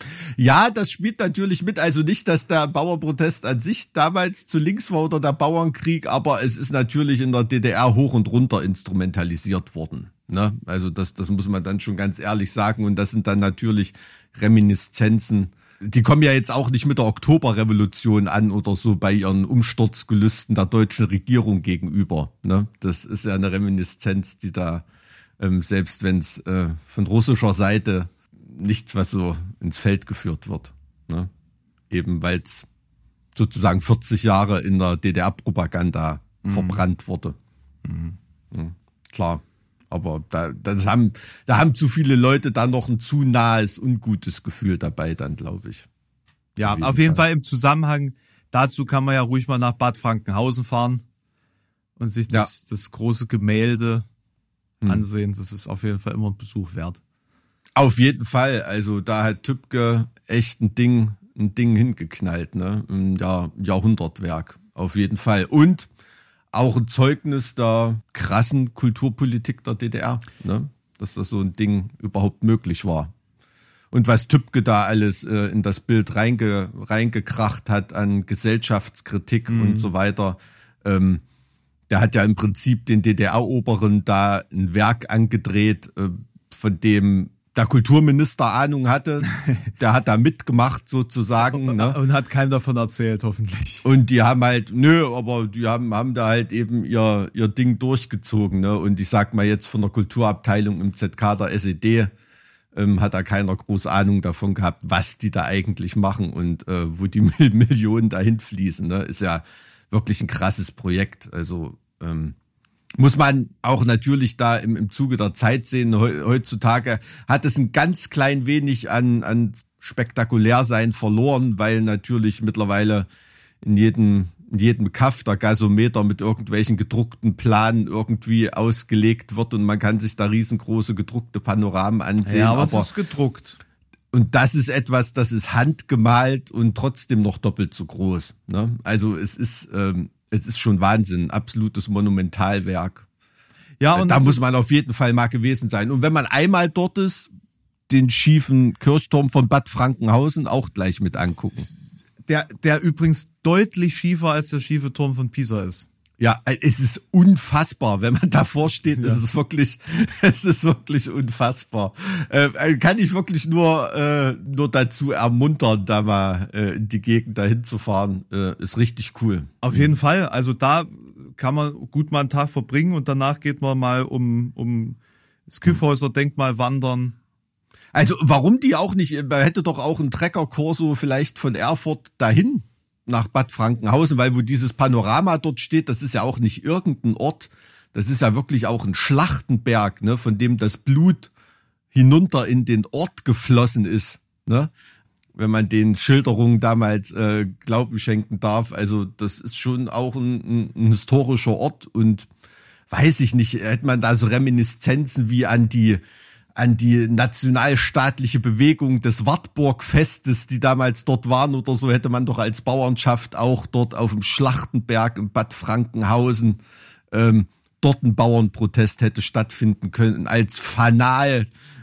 Ja, das spielt natürlich mit. Also nicht, dass der Bauernprotest an sich damals zu links war oder der Bauernkrieg, aber es ist natürlich in der D D R hoch und runter instrumentalisiert worden. Ne? Also das, das muss man dann schon ganz ehrlich sagen. Und das sind dann natürlich Reminiszenzen. Die kommen ja jetzt auch nicht mit der Oktoberrevolution an oder so bei ihren Umsturzgelüsten der deutschen Regierung gegenüber. Ne? Das ist ja eine Reminiszenz, die da, ähm, selbst wenn es äh, von russischer Seite nichts, was so ins Feld geführt wird. Ne? Eben weil es sozusagen vierzig Jahre in der D D R-Propaganda mhm. verbrannt wurde. Mhm. Ja, klar. Aber da, das haben, da haben zu viele Leute dann noch ein zu nahes, ungutes Gefühl dabei, dann glaube ich. Ja, auf jeden, auf jeden Fall. Fall im Zusammenhang dazu kann man ja ruhig mal nach Bad Frankenhausen fahren und sich das, ja. das große Gemälde hm. ansehen. Das ist auf jeden Fall immer ein Besuch wert. Auf jeden Fall. Also da hat Tübke echt ein Ding, ein Ding hingeknallt, ne? Ein Jahr, Jahrhundertwerk. Auf jeden Fall. Und auch ein Zeugnis der krassen Kulturpolitik der D D R, ne? Dass das so ein Ding überhaupt möglich war. Und was Tübke da alles äh, in das Bild reinge, reingekracht hat an Gesellschaftskritik mhm. und so weiter, ähm, der hat ja im Prinzip den D D R-Oberen da ein Werk angedreht, äh, von dem der Kulturminister Ahnung hatte, der hat da mitgemacht sozusagen. Ne? Und hat keinem davon erzählt, hoffentlich. Und die haben halt, nö, aber die haben, haben da halt eben ihr, ihr Ding durchgezogen. Ne? Und ich sag mal jetzt von der Kulturabteilung im Z K der S E D ähm, hat da keiner groß Ahnung davon gehabt, was die da eigentlich machen und äh, wo die Millionen dahin fließen. Ne? Ist ja wirklich ein krasses Projekt. Also ähm, muss man auch natürlich da im, im Zuge der Zeit sehen. Heutzutage hat es ein ganz klein wenig an, an Spektakulärsein verloren, weil natürlich mittlerweile in jedem, in jedem Kaff der Gasometer mit irgendwelchen gedruckten Planen irgendwie ausgelegt wird und man kann sich da riesengroße gedruckte Panoramen ansehen. Ja, aber, aber es ist gedruckt. Und das ist etwas, das ist handgemalt und trotzdem noch doppelt so groß. Ne? Also es ist... Ähm, Es ist schon Wahnsinn, absolutes Monumentalwerk. Ja, und da muss man auf jeden Fall mal gewesen sein. Und wenn man einmal dort ist, den schiefen Kirchturm von Bad Frankenhausen auch gleich mit angucken. Der, der übrigens deutlich schiefer als der schiefe Turm von Pisa ist. Ja, es ist unfassbar, wenn man davor steht, ja. es ist wirklich, es ist wirklich unfassbar. Äh, kann ich wirklich nur, äh, nur dazu ermuntern, da mal äh, in die Gegend dahin zu fahren. Äh, ist richtig cool. Auf jeden Fall. Also da kann man gut mal einen Tag verbringen und danach geht man mal um, um das Kyffhäuser-Denkmal wandern. Also warum die auch nicht, man hätte doch auch einen Trecker-Corso vielleicht von Erfurt dahin nach Bad Frankenhausen, weil wo dieses Panorama dort steht, das ist ja auch nicht irgendein Ort, das ist ja wirklich auch ein Schlachtenberg, ne, von dem das Blut hinunter in den Ort geflossen ist, ne, wenn man den Schilderungen damals äh, Glauben schenken darf. Also das ist schon auch ein, ein, ein historischer Ort und weiß ich nicht, hätte man da so Reminiszenzen wie an die an die nationalstaatliche Bewegung des Wartburg-Festes, die damals dort waren oder so, hätte man doch als Bauernschaft auch dort auf dem Schlachtenberg in Bad Frankenhausen ähm, dort ein Bauernprotest hätte stattfinden können als Fanal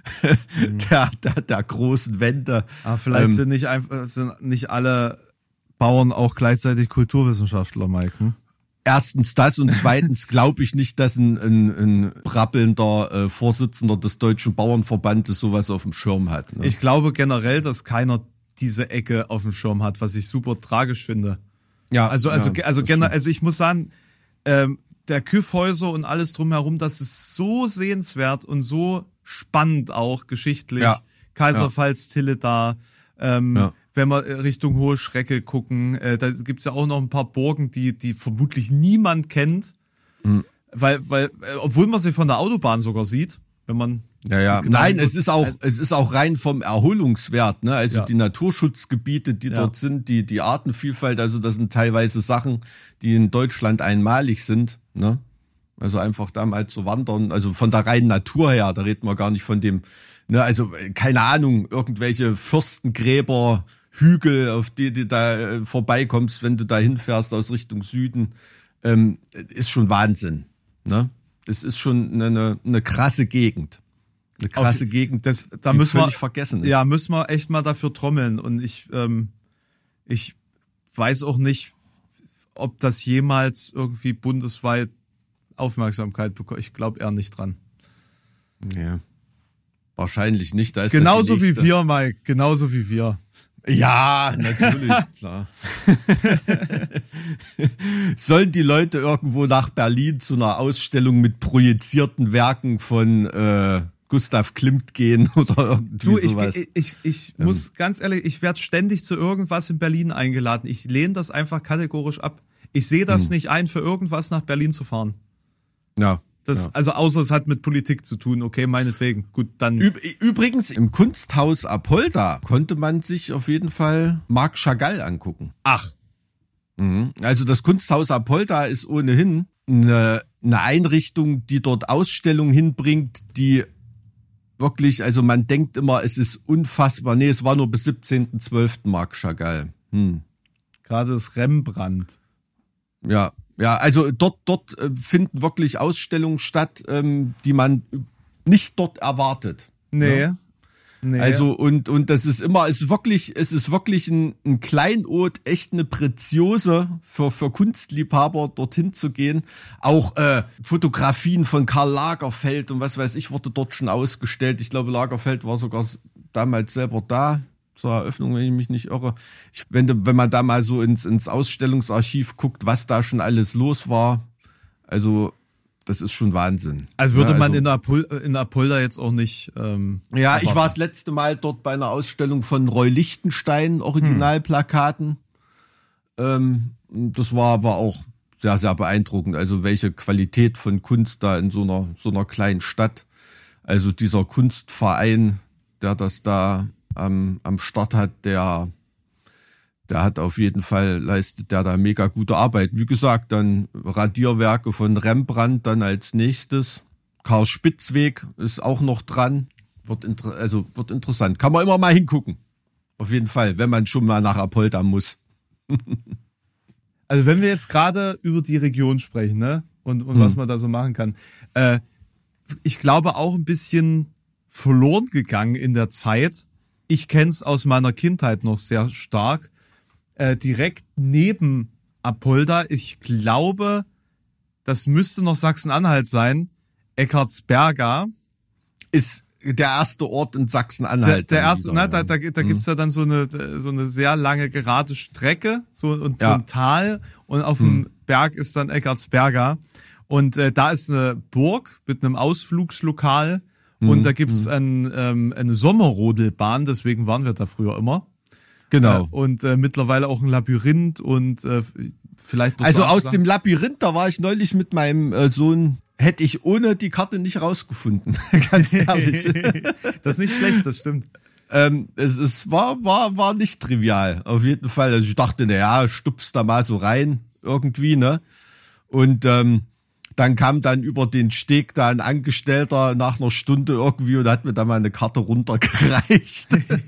der, der, der großen Wende. Aber vielleicht ähm, sind nicht einfach, sind nicht alle Bauern auch gleichzeitig Kulturwissenschaftler, Mike. Hm? Erstens das und zweitens glaube ich nicht, dass ein, ein, ein brabbelnder äh, Vorsitzender des Deutschen Bauernverbandes sowas auf dem Schirm hat. Ne? Ich glaube generell, dass keiner diese Ecke auf dem Schirm hat, was ich super tragisch finde. Ja, also also ja, also generell, stimmt. also ich muss sagen, ähm, der Kyffhäuser und alles drumherum, das ist so sehenswert und so spannend auch geschichtlich. Ja. Kaiserpfalz, Tille da. Ähm, Ja. Wenn wir Richtung Hohe Schrecke gucken, äh, da gibt's ja auch noch ein paar Burgen, die die vermutlich niemand kennt, Mhm. weil weil äh, obwohl man sie von der Autobahn sogar sieht, wenn man Ja, ja. genau Nein, so- es ist auch, es ist auch rein vom Erholungswert, ne? Also Ja. die Naturschutzgebiete, die Ja. dort sind, die, die Artenvielfalt, also das sind teilweise Sachen, die in Deutschland einmalig sind, ne? Also einfach da mal zu wandern, also von der reinen Natur her, da reden wir gar nicht von dem, ne? Also keine Ahnung, irgendwelche Fürstengräber, Hügel, auf die du da äh, vorbeikommst, wenn du da hinfährst aus Richtung Süden, ähm, ist schon Wahnsinn, ne? Es ist schon eine, eine, eine krasse Gegend. Eine krasse Auf- Gegend, das, da die müssen wir völlig vergessen ist. Ja, müssen wir echt mal dafür trommeln. Und ich, ähm, ich weiß auch nicht, ob das jemals irgendwie bundesweit Aufmerksamkeit bekommt. Ich glaube eher nicht dran. Ja. Wahrscheinlich nicht. Da ist dann die Genauso wie nächste- wir, Mike. Genauso wie wir. Ja, natürlich, klar. Sollen die Leute irgendwo nach Berlin zu einer Ausstellung mit projizierten Werken von äh, Gustav Klimt gehen oder irgendwie Du, ich, sowas? ich, ich, ich muss ganz ehrlich, ich werde ständig zu irgendwas in Berlin eingeladen. Ich lehne das einfach kategorisch ab. Ich sehe das nicht ein, für irgendwas nach Berlin zu fahren. ja. Das, ja. also außer es hat mit Politik zu tun, okay, meinetwegen. Gut, dann. Üb Übrigens, im Kunsthaus Apolda konnte man sich auf jeden Fall Marc Chagall angucken. Ach, Also das Kunsthaus Apolda ist ohnehin eine, eine Einrichtung, die dort Ausstellungen hinbringt, die wirklich, also man denkt immer, es ist unfassbar. Nee, es war nur bis siebzehnten zwölften Marc Chagall. Hm. gerade das Rembrandt. Ja, ja, also dort, dort äh, finden wirklich Ausstellungen statt, ähm, die man nicht dort erwartet. Nee. Ja. Nee. Also und und das ist immer, es ist wirklich, es ist wirklich ein, ein Kleinod, echt eine Preziose für für Kunstliebhaber dorthin zu gehen. Auch äh, Fotografien von Karl Lagerfeld und was weiß ich wurde dort schon ausgestellt. Ich glaube, Lagerfeld war sogar damals selber da zur Eröffnung, wenn ich mich nicht irre. Ich, wenn du, wenn man da mal so ins ins Ausstellungsarchiv guckt, was da schon alles los war, also das ist schon Wahnsinn. also würde Ja, man also- in Apol in Apolda jetzt auch nicht. Ähm, Ja, ich erwarten. war das letzte Mal dort bei einer Ausstellung von Roy Lichtenstein, Originalplakaten. Ähm, das war, war auch sehr, sehr beeindruckend. Also welche Qualität von Kunst da in so einer, so einer kleinen Stadt. Also dieser Kunstverein, der das da am, am Start hat, der, der hat auf jeden Fall, leistet der da mega gute Arbeit. Wie gesagt, dann Radierwerke von Rembrandt dann als nächstes. Karl Spitzweg ist auch noch dran. Wird, inter also wird interessant. Kann man immer mal hingucken. Auf jeden Fall, wenn man schon mal nach Apolda muss. Also wenn wir jetzt gerade über die Region sprechen, ne? Und, und was man da so machen kann. Äh, ich glaube auch ein bisschen verloren gegangen in der Zeit. Ich kenn's aus meiner Kindheit noch sehr stark. Äh, direkt neben Apolda, ich glaube, das müsste noch Sachsen-Anhalt sein, Eckartsberga. Ist der erste Ort in Der, Sachsen-Anhalt. der dann erste, wieder, ne, da, da, da gibt's ja dann so eine, so eine sehr lange gerade Strecke, so, und so Ja. ein Tal, und auf dem Berg ist dann Eckartsberga. Und äh, da ist eine Burg mit einem Ausflugslokal, und da gibt's ein, ähm, eine Sommerrodelbahn, deswegen waren wir da früher immer. Genau. Äh, und äh, mittlerweile auch ein Labyrinth und äh, vielleicht noch Also so aus Sachen. dem Labyrinth, da war ich neulich mit meinem äh, Sohn, hätte ich ohne die Karte nicht rausgefunden. Ganz ehrlich. Das ist nicht schlecht, das stimmt. ähm, es, es war, war, war nicht trivial, auf jeden Fall. Also ich dachte, na ja, stupst da mal so rein, irgendwie, ne? Und ähm, dann kam dann über den Steg da ein Angestellter nach einer Stunde irgendwie und hat mir da mal eine Karte runtergereicht.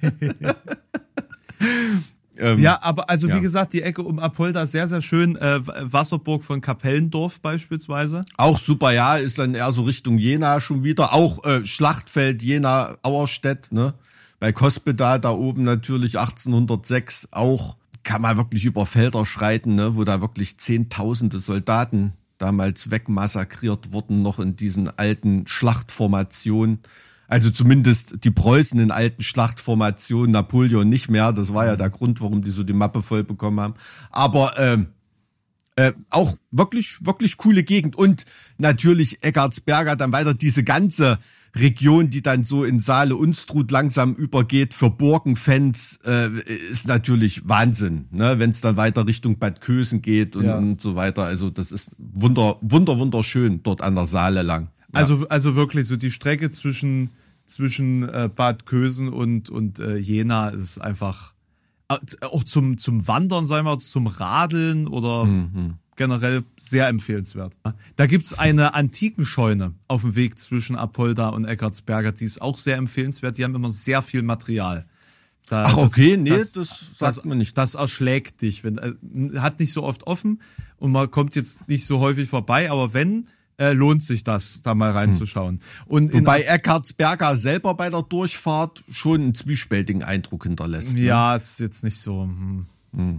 ähm, Ja, aber also ja. wie gesagt, die Ecke um Apolda sehr, sehr schön. Äh, Wasserburg von Kapellendorf beispielsweise. Auch super, ja, ist dann eher so Richtung Jena schon wieder. Auch äh, Schlachtfeld, Jena, Auerstedt, ne? Bei Cospeda da oben natürlich achtzehnhundertsechs auch, kann man wirklich über Felder schreiten, ne? Wo da wirklich zehntausende Soldaten damals wegmassakriert wurden, noch in diesen alten Schlachtformationen. Also zumindest die Preußen in alten Schlachtformationen, Napoleon nicht mehr. Das war ja der Grund, warum die so die Mappe voll bekommen haben. Aber ähm, äh, auch wirklich, wirklich coole Gegend. Und natürlich Eckartsberger, dann weiter diese ganze Region, die dann so in Saale-Unstrut langsam übergeht, für Burgenfans äh, ist natürlich Wahnsinn, ne? Wenn es dann weiter Richtung Bad Kösen geht und, Ja. und so weiter. Also das ist wunder, wunder, wunderschön dort an der Saale lang. Ja. Also, also wirklich so die Strecke zwischen, zwischen äh, Bad Kösen und, und äh, Jena ist einfach äh, auch zum, zum Wandern, sagen wir, zum Radeln oder Mhm. generell sehr empfehlenswert. Da gibt's eine Antikenscheune auf dem Weg zwischen Apolda und Eckartsberger, die ist auch sehr empfehlenswert. Die haben immer sehr viel Material. Da, Ach, okay, nee, das sagt das, man nicht. Das erschlägt dich. Wenn, äh, hat nicht so oft offen und man kommt jetzt nicht so häufig vorbei, aber wenn, äh, lohnt sich das, da mal reinzuschauen. Und in, Wobei Eckartsberger selber bei der Durchfahrt schon einen zwiespältigen Eindruck hinterlässt. Ne? ja, ist jetzt nicht so. Hm.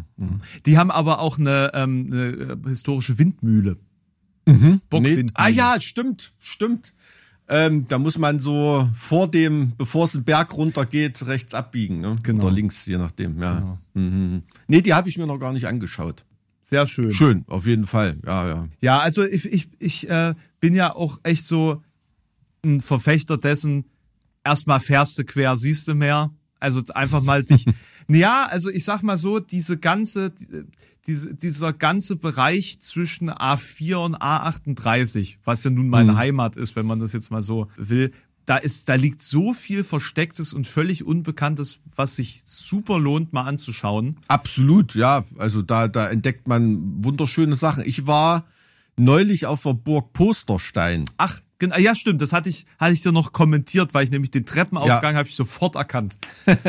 Die haben aber auch eine, ähm, eine historische Windmühle. Nee, Bockwindmühle. ah ja, stimmt, stimmt. Ähm, da muss man so vor dem, bevor es den Berg runtergeht, rechts abbiegen, ne? Genau. Oder links, je nachdem, ja. Mhm. Nee, die habe ich mir noch gar nicht angeschaut. Sehr schön. Schön, auf jeden Fall, ja, ja. Ja, also ich, ich, ich äh, bin ja auch echt so ein Verfechter dessen, erstmal fährst du quer, siehst du mehr. Also einfach mal dich. Ja, also ich sag mal so, diese ganze, diese, dieser ganze Bereich zwischen A vier und A achtunddreißig, was ja nun meine Mhm. Heimat ist, wenn man das jetzt mal so will, da ist, da liegt so viel Verstecktes und völlig Unbekanntes, was sich super lohnt, mal anzuschauen. Absolut, ja. Also da, da entdeckt man wunderschöne Sachen. Ich war neulich auf der Burg Posterstein. Ach, gen- ja, stimmt, das hatte ich, hatte ich dir noch kommentiert, weil ich nämlich den Treppenaufgang Ja. habe ich sofort erkannt.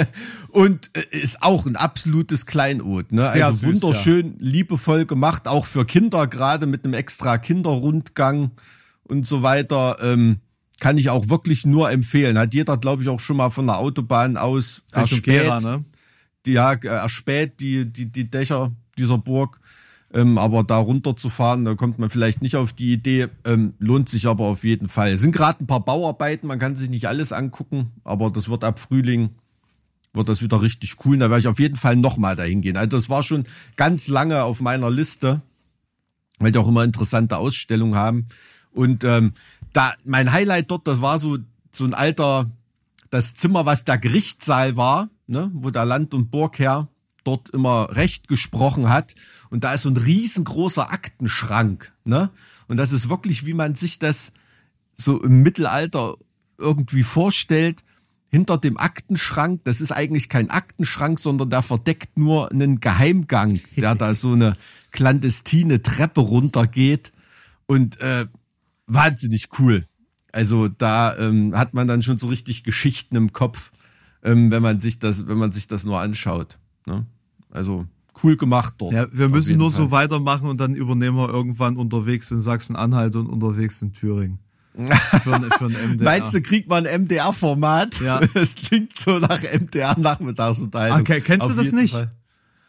Und äh, ist auch ein absolutes Kleinod, ne? Sehr Also süß, wunderschön, liebevoll gemacht, auch für Kinder, gerade mit einem extra Kinderrundgang und so weiter. Ähm, kann ich auch wirklich nur empfehlen. Hat jeder, glaube ich, auch schon mal von der Autobahn aus Richtung erspäht, Gera, ne? die, ja, äh, erspäht die, die, die Dächer dieser Burg. Ähm, aber da runterzufahren, da kommt man vielleicht nicht auf die Idee, ähm, lohnt sich aber auf jeden Fall. Es sind gerade ein paar Bauarbeiten, man kann sich nicht alles angucken, aber das wird ab Frühling, wird das wieder richtig cool. Da werde ich auf jeden Fall nochmal dahin gehen. Also das war schon ganz lange auf meiner Liste, weil die auch immer interessante Ausstellungen haben. Und ähm, da mein Highlight dort, das war so, so ein alter, das Zimmer, was der Gerichtssaal war, ne, wo der Land- und Burgherr dort immer Recht gesprochen hat. Und da ist so ein riesengroßer Aktenschrank, ne? Und das ist wirklich, wie man sich das so im Mittelalter irgendwie vorstellt. Hinter dem Aktenschrank, das ist eigentlich kein Aktenschrank, sondern der verdeckt nur einen Geheimgang, der da so eine clandestine Treppe runtergeht. Und äh, wahnsinnig cool. Also da ähm, hat man dann schon so richtig Geschichten im Kopf, ähm, wenn man sich das, wenn man sich das nur anschaut. Ne? Also cool gemacht dort. Ja, wir auf müssen jeden nur Fall. so weitermachen und dann übernehmen wir irgendwann unterwegs in Sachsen-Anhalt und unterwegs in Thüringen. Für ein, für ein M D R. Meinst du, kriegt man ein M D R-Format? Ja. Es klingt so nach M D R-Nachmittagsunterhaltung. Okay, kennst du Auf das jeden nicht? Fall.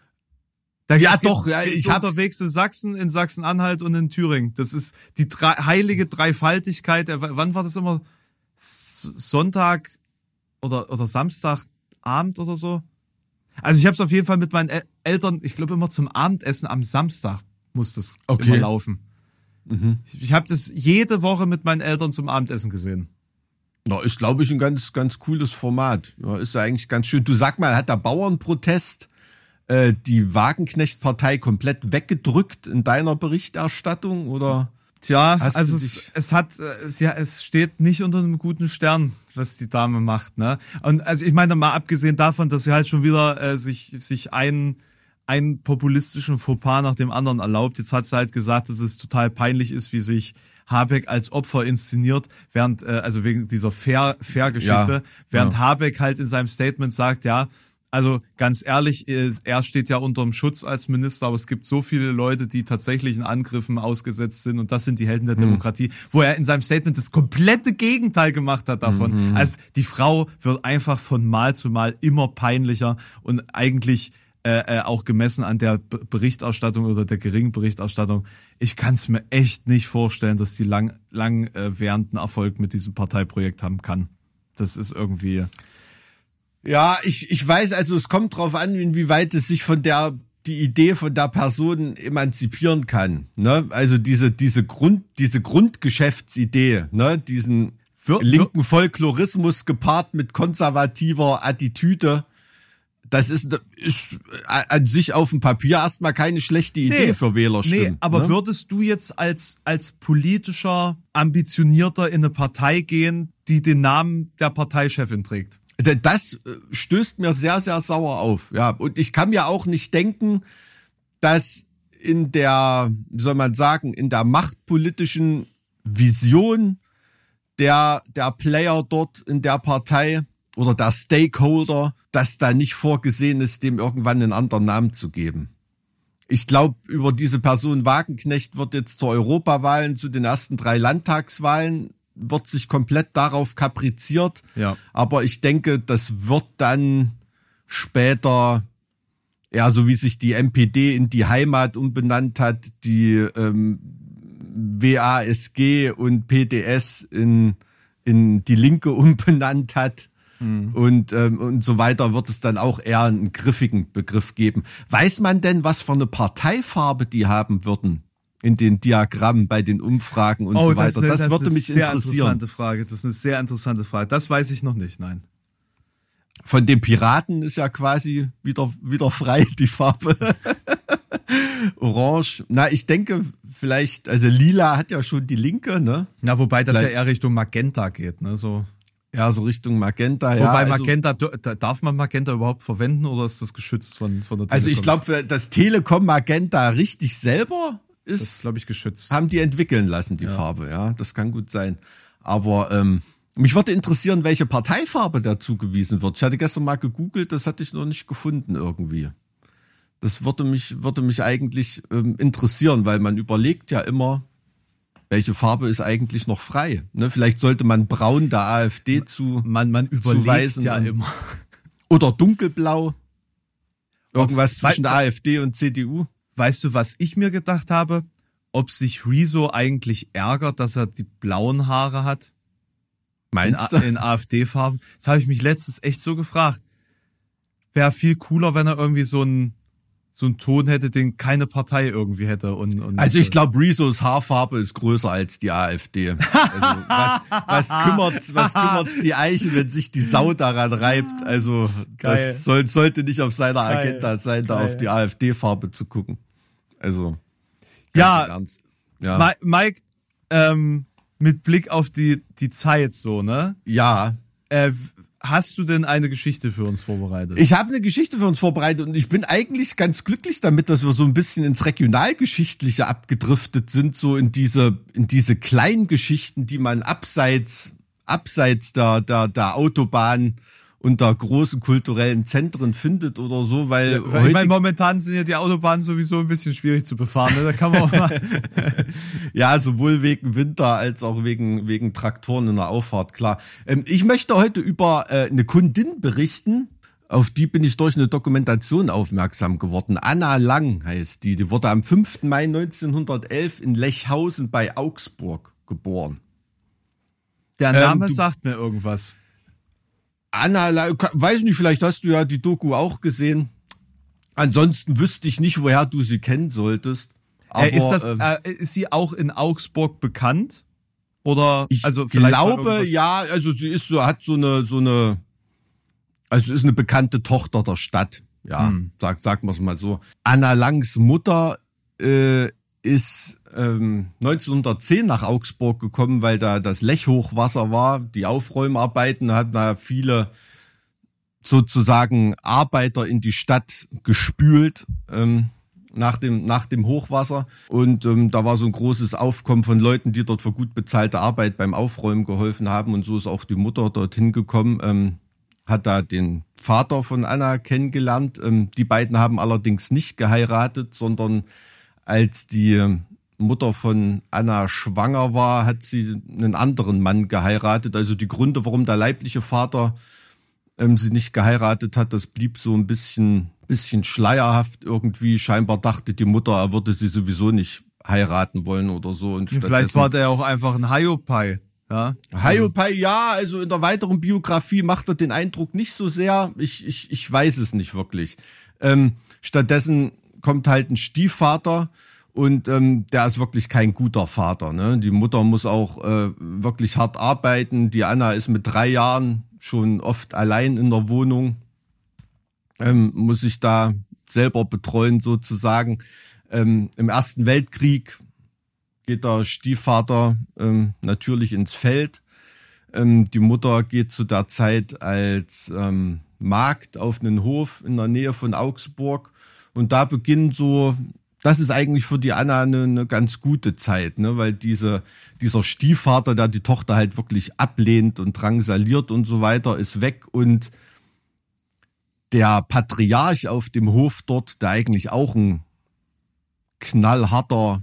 Da Ja, es gibt- doch, ja, gibt ich hab's. unterwegs in Sachsen, in Sachsen-Anhalt und in Thüringen. Das ist die drei, heilige Dreifaltigkeit. Äh, w- Wann war das immer? S Sonntag oder, oder Samstagabend oder so? Also ich habe es auf jeden Fall mit meinen El Eltern, ich glaube immer zum Abendessen am Samstag muss das Okay. immer laufen. Ich, ich habe das jede Woche mit meinen Eltern zum Abendessen gesehen. Na, ist, glaube ich, ein ganz, ganz cooles Format. Ja, ist ja eigentlich ganz schön. Du sag mal, hat der Bauernprotest äh, die Wagenknecht-Partei komplett weggedrückt in deiner Berichterstattung oder? Tja, Hast also du es, dich- es hat, es, ja, es steht nicht unter einem guten Stern, was die Dame macht, ne? Und also ich meine mal abgesehen davon, dass sie halt schon wieder äh, sich sich einen einen populistischen Fauxpas nach dem anderen erlaubt. Jetzt hat sie halt gesagt, dass es total peinlich ist, wie sich Habeck als Opfer inszeniert, während äh, also wegen dieser Fair Fair Geschichte, Ja, während ja. Habeck halt in seinem Statement sagt, ja, also ganz ehrlich, er steht ja unterm Schutz als Minister, aber es gibt so viele Leute, die tatsächlichen Angriffen ausgesetzt sind und das sind die Helden der Demokratie, wo er in seinem Statement das komplette Gegenteil gemacht hat davon. Mhm. Also die Frau wird einfach von Mal zu Mal immer peinlicher und eigentlich äh, äh, auch gemessen an der B- Berichterstattung oder der geringen Berichterstattung. Ich kann es mir echt nicht vorstellen, dass die lang, lang äh, währenden Erfolg mit diesem Parteiprojekt haben kann. Das ist irgendwie... Ja, ich, ich weiß, also es kommt drauf an, inwieweit es sich von der, die Idee von der Person emanzipieren kann, ne? Also diese, diese Grund, diese Grundgeschäftsidee, ne? Diesen Wir- linken Folklorismus gepaart mit konservativer Attitüde. Das ist, ist an sich auf dem Papier erstmal keine schlechte Idee Nee, für Wählerstimmen. Nee, aber ne? würdest du jetzt als, als politischer Ambitionierter in eine Partei gehen, die den Namen der Parteichefin trägt? Das äh, stößt mir sehr, sehr sauer auf. Ja, und ich kann mir auch nicht denken, dass in der, wie soll man sagen, in der machtpolitischen Vision der, der Player dort in der Partei oder der Stakeholder, dass da nicht vorgesehen ist, dem irgendwann einen anderen Namen zu geben. Ich glaube, über diese Person Wagenknecht wird jetzt zur Europawahlen, zu den ersten drei Landtagswahlen, wird sich komplett darauf kapriziert. Ja. Aber ich denke, das wird dann später, ja, so wie sich die M P D in die Heimat umbenannt hat, die ähm, W A S G und P D S in, in die Linke umbenannt hat. Mhm. Und, ähm, und so weiter, wird es dann auch eher einen griffigen Begriff geben. Weiß man denn, was für eine Parteifarbe die haben würden? In den Diagrammen, bei den Umfragen und Oh, so weiter. Das, das, das würde ist mich eine sehr interessieren. interessante Frage. Das ist eine sehr interessante Frage. Das weiß ich noch nicht, nein. Von den Piraten ist ja quasi wieder, wieder frei die Farbe. Orange. Na, ich denke vielleicht, also lila hat ja schon die Linke, ne? Na, wobei das Vielleicht- ja eher Richtung Magenta geht, ne? So. Ja, so Richtung Magenta. ja, Wobei also, Magenta, da- darf man Magenta überhaupt verwenden oder ist das geschützt von, von der Telekom? Also ich glaube, das Telekom Magenta richtig selber Das ist, ist, glaube ich, geschützt. haben die entwickeln lassen, die Farbe, ja. Das kann gut sein. Aber ähm, mich würde interessieren, welche Parteifarbe da zugewiesen wird. Ich hatte gestern mal gegoogelt, das hatte ich noch nicht gefunden irgendwie. Das würde mich, würde mich eigentlich ähm, interessieren, weil man überlegt ja immer, welche Farbe ist eigentlich noch frei. Ne? Vielleicht sollte man braun der AfD zu Man, man überlegt Zuweisen ja und- immer. oder dunkelblau. Irgendwas Ob's- zwischen wei- der AfD und C D U. Weißt du, was ich mir gedacht habe? Ob sich Rezo eigentlich ärgert, dass er die blauen Haare hat? In, Meinst A- du? in AfD-Farben? Das habe ich mich letztens echt so gefragt. Wäre viel cooler, wenn er irgendwie so einen so einen Ton hätte, den keine Partei irgendwie hätte. Und, und Also ich glaube, Rezos Haarfarbe ist größer als die AfD. Also was, was kümmert's, was kümmert's die Eiche, wenn sich die Sau daran reibt? Also Geil. das soll, sollte nicht auf seiner Geil. Agenda sein, da Geil. auf die AfD-Farbe zu gucken. Also ganz Ja, im Ernst. Ja, Ma- Mike, ähm, mit Blick auf die die Zeit so, ne? ja. Äh, hast du denn eine Geschichte für uns vorbereitet? Ich habe eine Geschichte für uns vorbereitet und ich bin eigentlich ganz glücklich damit, dass wir so ein bisschen ins Regionalgeschichtliche abgedriftet sind, so in diese, in diese kleinen Geschichten, die man abseits, abseits der, der, der Autobahn und der großen kulturellen Zentren findet oder so, weil Weil ich meine, momentan sind ja die Autobahnen sowieso ein bisschen schwierig zu befahren. Ne? Da kann man auch mal. ja, sowohl wegen Winter als auch wegen, wegen Traktoren in der Auffahrt, klar. Ähm, ich möchte heute über äh, eine Kundin berichten, auf die bin ich durch eine Dokumentation aufmerksam geworden. Anna Lang heißt die. Die wurde am fünften Mai neunzehnhundertelf in Lechhausen bei Augsburg geboren. Der Ähm, Name du- sagt mir irgendwas. Anna Lang, weiß nicht, vielleicht hast du ja die Doku auch gesehen. Ansonsten wüsste ich nicht, woher du sie kennen solltest. Aber, äh, ist, das, ähm, äh, ist sie auch in Augsburg bekannt? Oder Ich also vielleicht mal glaube, irgendwas- ja, also sie ist so, hat so eine, so eine, also ist eine bekannte Tochter der Stadt. Ja, hm. sag, sagen wir es mal so. Anna Langs Mutter äh, ist ähm, neunzehnhundertzehn nach Augsburg gekommen, weil da das Lechhochwasser war. Die Aufräumarbeiten hatten da viele sozusagen Arbeiter in die Stadt gespült ähm, nach dem nach dem Hochwasser. Und ähm, da war so ein großes Aufkommen von Leuten, die dort für gut bezahlte Arbeit beim Aufräumen geholfen haben. Und so ist auch die Mutter dorthin gekommen, ähm, hat da den Vater von Anna kennengelernt. Ähm, die beiden haben allerdings nicht geheiratet, sondern als die Mutter von Anna schwanger war, hat sie einen anderen Mann geheiratet. Also die Gründe, warum der leibliche Vater ähm, sie nicht geheiratet hat, das blieb so ein bisschen, bisschen schleierhaft irgendwie. Scheinbar dachte die Mutter, er würde sie sowieso nicht heiraten wollen oder so. Und vielleicht war der auch einfach ein Hiopai. Ja. Hiopai, ja, also in der weiteren Biografie macht er den Eindruck nicht so sehr. Ich, ich, ich weiß es nicht wirklich. Ähm, stattdessen kommt halt ein Stiefvater und ähm, der ist wirklich kein guter Vater. Ne? Die Mutter muss auch äh, wirklich hart arbeiten. Die Anna ist mit drei Jahren schon oft allein in der Wohnung, ähm, muss sich da selber betreuen sozusagen. Ähm, im Ersten Weltkrieg geht der Stiefvater ähm, natürlich ins Feld. Ähm, die Mutter geht zu der Zeit als ähm, Magd auf einen Hof in der Nähe von Augsburg. Und da beginnt so, das ist eigentlich für die Anna eine, eine ganz gute Zeit, ne? Weil diese, dieser Stiefvater, der die Tochter halt wirklich ablehnt und drangsaliert und so weiter, ist weg. Und der Patriarch auf dem Hof dort, der eigentlich auch ein knallharter,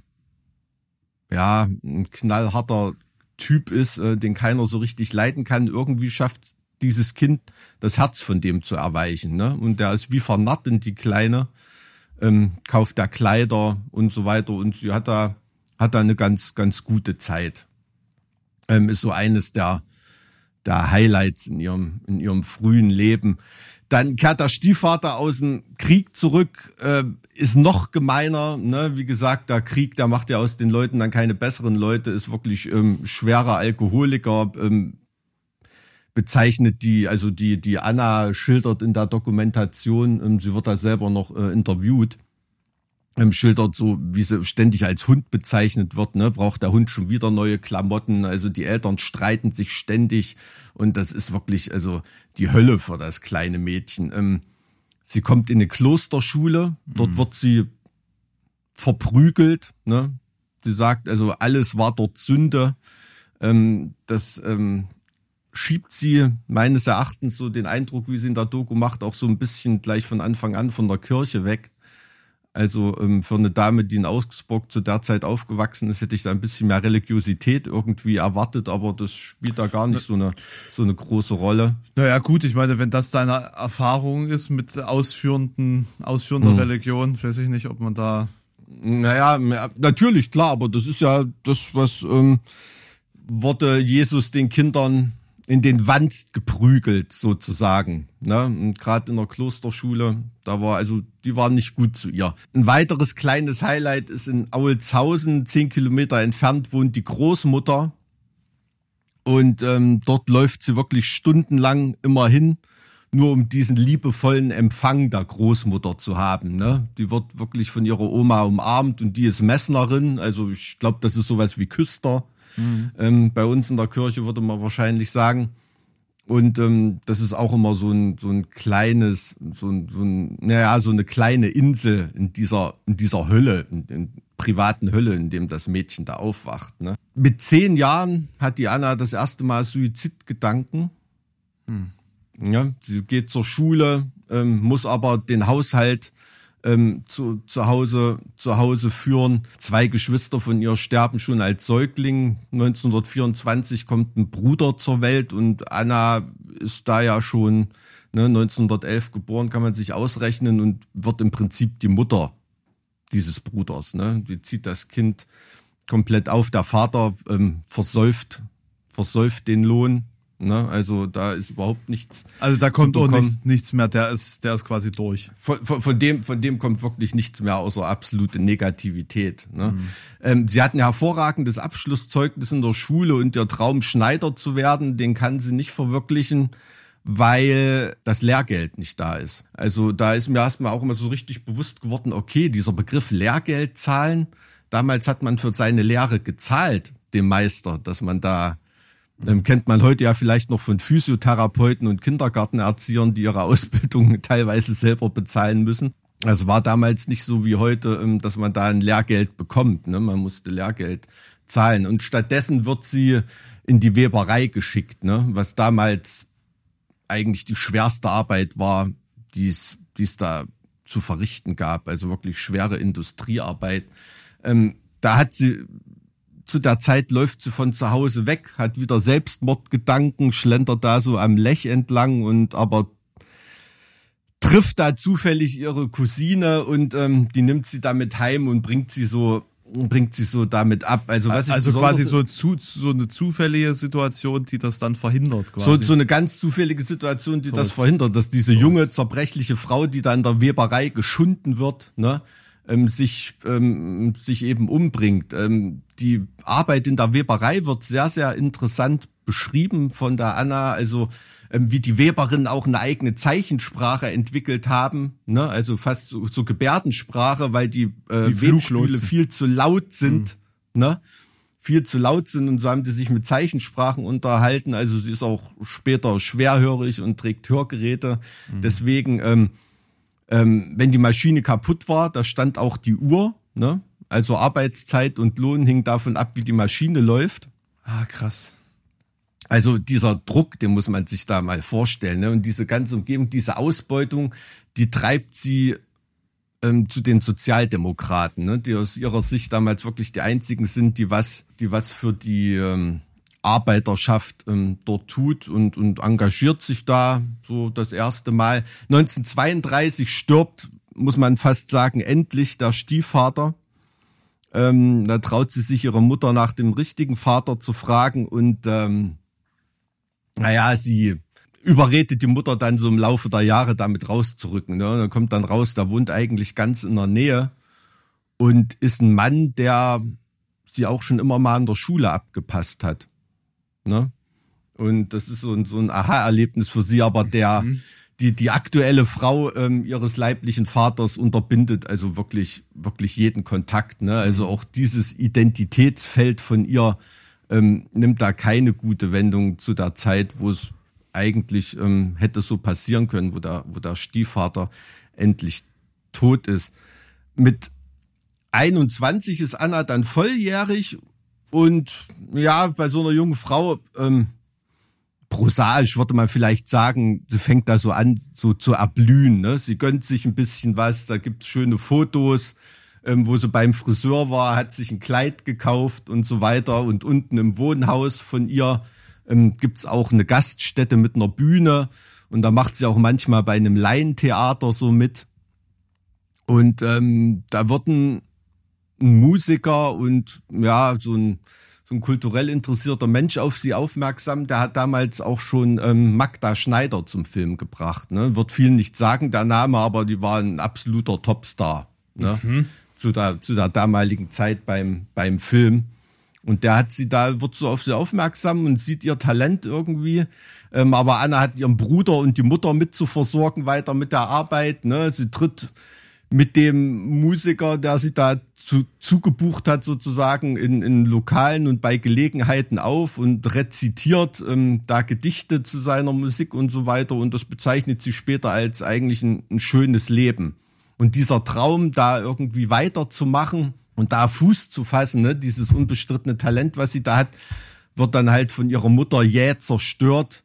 ja, ein knallharter Typ ist, äh, den keiner so richtig leiden kann, irgendwie schafft dieses Kind das Herz von dem zu erweichen, ne? Und der ist wie vernarrt in die Kleine, ähm, kauft da Kleider und so weiter und sie hat da hat da eine ganz ganz gute Zeit. Ähm, ist so eines der der Highlights in ihrem in ihrem frühen Leben. Dann kehrt der Stiefvater aus dem Krieg zurück, äh, ist noch gemeiner, ne? Wie gesagt, der Krieg, der macht ja aus den Leuten dann keine besseren Leute, ist wirklich ähm, schwerer Alkoholiker, ähm, bezeichnet die, also die die Anna schildert in der Dokumentation, ähm, sie wird da selber noch äh, interviewt, ähm, schildert so, wie sie ständig als Hund bezeichnet wird, ne? Braucht der Hund schon wieder neue Klamotten, also die Eltern streiten sich ständig und das ist wirklich also die Hölle für das kleine Mädchen. Ähm, sie kommt in eine Klosterschule, dort mhm. wird sie verprügelt, ne? Sie sagt, also alles war dort Sünde, ähm, das ähm, schiebt sie meines Erachtens so den Eindruck, wie sie in der Doku macht, auch so ein bisschen gleich von Anfang an von der Kirche weg. Also ähm, für eine Dame, die in Augsburg zu der Zeit aufgewachsen ist, hätte ich da ein bisschen mehr Religiosität irgendwie erwartet, aber das spielt da gar nicht so eine so eine große Rolle. Naja gut, ich meine, wenn das deine Erfahrung ist mit ausführenden, ausführender hm. Religion, weiß ich nicht, ob man da... Naja, natürlich, klar, aber das ist ja das, was ähm, wurde Jesus den Kindern in den Wanst geprügelt, sozusagen. Ne? Und gerade in der Klosterschule, da war also, die waren nicht gut zu ihr. Ein weiteres kleines Highlight ist in Aulzhausen, zehn Kilometer entfernt, wohnt die Großmutter. Und ähm, dort läuft sie wirklich stundenlang immer hin, nur um diesen liebevollen Empfang der Großmutter zu haben. Ne? Die wird wirklich von ihrer Oma umarmt und die ist Messnerin. Also ich glaube, das ist sowas wie Küster. Mhm. Ähm, bei uns in der Kirche würde man wahrscheinlich sagen. Und ähm, das ist auch immer so ein so ein kleines, so ein, so ein naja, so eine kleine Insel in dieser in dieser Hölle, in, in privaten Hölle, in dem das Mädchen da aufwacht. Ne? Mit zehn Jahren hat die Anna das erste Mal Suizidgedanken. Mhm. Ja, sie geht zur Schule, ähm, muss aber den Haushalt ähm, zu, zu Hause zu Hause führen. Zwei Geschwister von ihr sterben schon als Säugling. neunzehnhundertvierundzwanzig kommt ein Bruder zur Welt und Anna ist da ja schon ne, neunzehnhundertelf geboren, kann man sich ausrechnen, und wird im Prinzip die Mutter dieses Bruders. Ne? Die zieht das Kind komplett auf. Der Vater ähm, versäuft, versäuft den Lohn. Ne, also da ist überhaupt nichts. Also da kommt auch nichts, nichts mehr, der ist, der ist quasi durch. Von, von, von dem, von dem kommt wirklich nichts mehr außer absolute Negativität. Ne? Mhm. Ähm, sie hat ein hervorragendes Abschlusszeugnis in der Schule und ihr Traum, Schneider zu werden, den kann sie nicht verwirklichen, weil das Lehrgeld nicht da ist. Also da ist mir erstmal auch immer so richtig bewusst geworden, okay, dieser Begriff Lehrgeld zahlen, damals hat man für seine Lehre gezahlt, dem Meister, dass man da, ähm, kennt man heute ja vielleicht noch von Physiotherapeuten und Kindergartenerziehern, die ihre Ausbildung teilweise selber bezahlen müssen. Also war damals nicht so wie heute, ähm, dass man da ein Lehrgeld bekommt, ne? Man musste Lehrgeld zahlen und stattdessen wird sie in die Weberei geschickt, ne? Was damals eigentlich die schwerste Arbeit war, die es die es da zu verrichten gab, also wirklich schwere Industriearbeit. Ähm, da hat sie, zu der Zeit läuft sie von zu Hause weg, hat wieder Selbstmordgedanken, schlendert da so am Lech entlang und aber trifft da zufällig ihre Cousine und ähm, die nimmt sie damit heim und bringt sie so bringt sie so damit ab. Also was also ich quasi so zu, so eine zufällige Situation, die das dann verhindert quasi. So, so eine ganz zufällige Situation, die Verrückt. das verhindert, dass diese junge, zerbrechliche Frau, die da in der Weberei geschunden wird, ne, ähm, sich ähm, sich eben umbringt. Ähm, die Arbeit in der Weberei wird sehr, sehr interessant beschrieben von der Anna, also ähm, wie die Weberinnen auch eine eigene Zeichensprache entwickelt haben, ne, also fast so, so Gebärdensprache, weil die, äh, die Webstühle viel zu laut sind, mhm. ne, viel zu laut sind und so haben die sich mit Zeichensprachen unterhalten, also sie ist auch später schwerhörig und trägt Hörgeräte, mhm. deswegen, ähm, ähm, wenn die Maschine kaputt war, da stand auch die Uhr, ne, also Arbeitszeit und Lohn hing davon ab, wie die Maschine läuft. Ah, krass. Also dieser Druck, den muss man sich da mal vorstellen, ne? Und diese ganze Umgebung, diese Ausbeutung, die treibt sie ähm, zu den Sozialdemokraten, ne? Die aus ihrer Sicht damals wirklich die einzigen sind, die was, die was für die ähm, Arbeiterschaft ähm, dort tut und und engagiert sich da so das erste Mal. neunzehnhundertzweiunddreißig stirbt, muss man fast sagen, endlich der Stiefvater. Ähm, da traut sie sich ihre Mutter nach dem richtigen Vater zu fragen und ähm, naja, sie überredet die Mutter dann so im Laufe der Jahre damit rauszurücken. Ne? Und dann kommt dann raus, der wohnt eigentlich ganz in der Nähe und ist ein Mann, der sie auch schon immer mal in der Schule abgepasst hat. Ne? Und das ist so ein, so ein Aha-Erlebnis für sie, aber der mhm. die die aktuelle Frau ähm, ihres leiblichen Vaters unterbindet also wirklich wirklich jeden Kontakt. Ne? Also auch dieses Identitätsfeld von ihr ähm, nimmt da keine gute Wendung zu der Zeit, wo es eigentlich ähm, hätte so passieren können, wo der, wo der Stiefvater endlich tot ist. Mit einundzwanzig ist Anna dann volljährig und ja, bei so einer jungen Frau, ähm, prosaisch würde man vielleicht sagen, sie fängt da so an, so zu erblühen. Ne? Sie gönnt sich ein bisschen was, da gibt's schöne Fotos, ähm, wo sie beim Friseur war, hat sich ein Kleid gekauft und so weiter. Und unten im Wohnhaus von ihr ähm, gibt's auch eine Gaststätte mit einer Bühne. Und da macht sie auch manchmal bei einem Laientheater so mit. Und ähm, da wird ein, ein Musiker und ja, so ein so ein kulturell interessierter Mensch auf sie aufmerksam, der hat damals auch schon ähm, Magda Schneider zum Film gebracht. Ne? Wird viel nicht sagen, der Name, aber die war ein absoluter Topstar, ne? Mhm. zu, der, zu der damaligen Zeit beim, beim Film. Und der hat sie da, wird so auf sie aufmerksam und sieht ihr Talent irgendwie. Ähm, aber Anna hat ihren Bruder und die Mutter mit zu versorgen, weiter mit der Arbeit. Ne? Sie tritt mit dem Musiker, der sie da zu, zugebucht hat, sozusagen in, in Lokalen und bei Gelegenheiten auf und rezitiert ähm, da Gedichte zu seiner Musik und so weiter. Und das bezeichnet sie später als eigentlich ein, ein schönes Leben. Und dieser Traum, da irgendwie weiterzumachen und da Fuß zu fassen, ne, dieses unbestrittene Talent, was sie da hat, wird dann halt von ihrer Mutter jäh zerstört,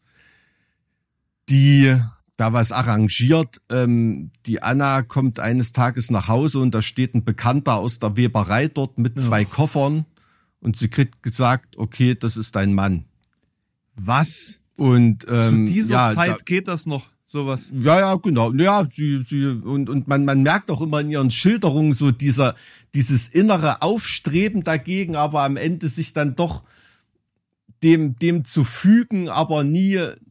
die da was arrangiert. Ähm, die Anna kommt eines Tages nach Hause und da steht ein Bekannter aus der Weberei dort mit zwei ja. Koffern und sie kriegt gesagt, okay, das ist dein Mann. Was? Und ähm, zu dieser ja, Zeit da, geht das noch, sowas? Ja, ja, genau. Ja, sie, sie und und man man merkt auch immer in ihren Schilderungen so dieser dieses innere Aufstreben dagegen, aber am Ende sich dann doch dem dem zu fügen, aber nie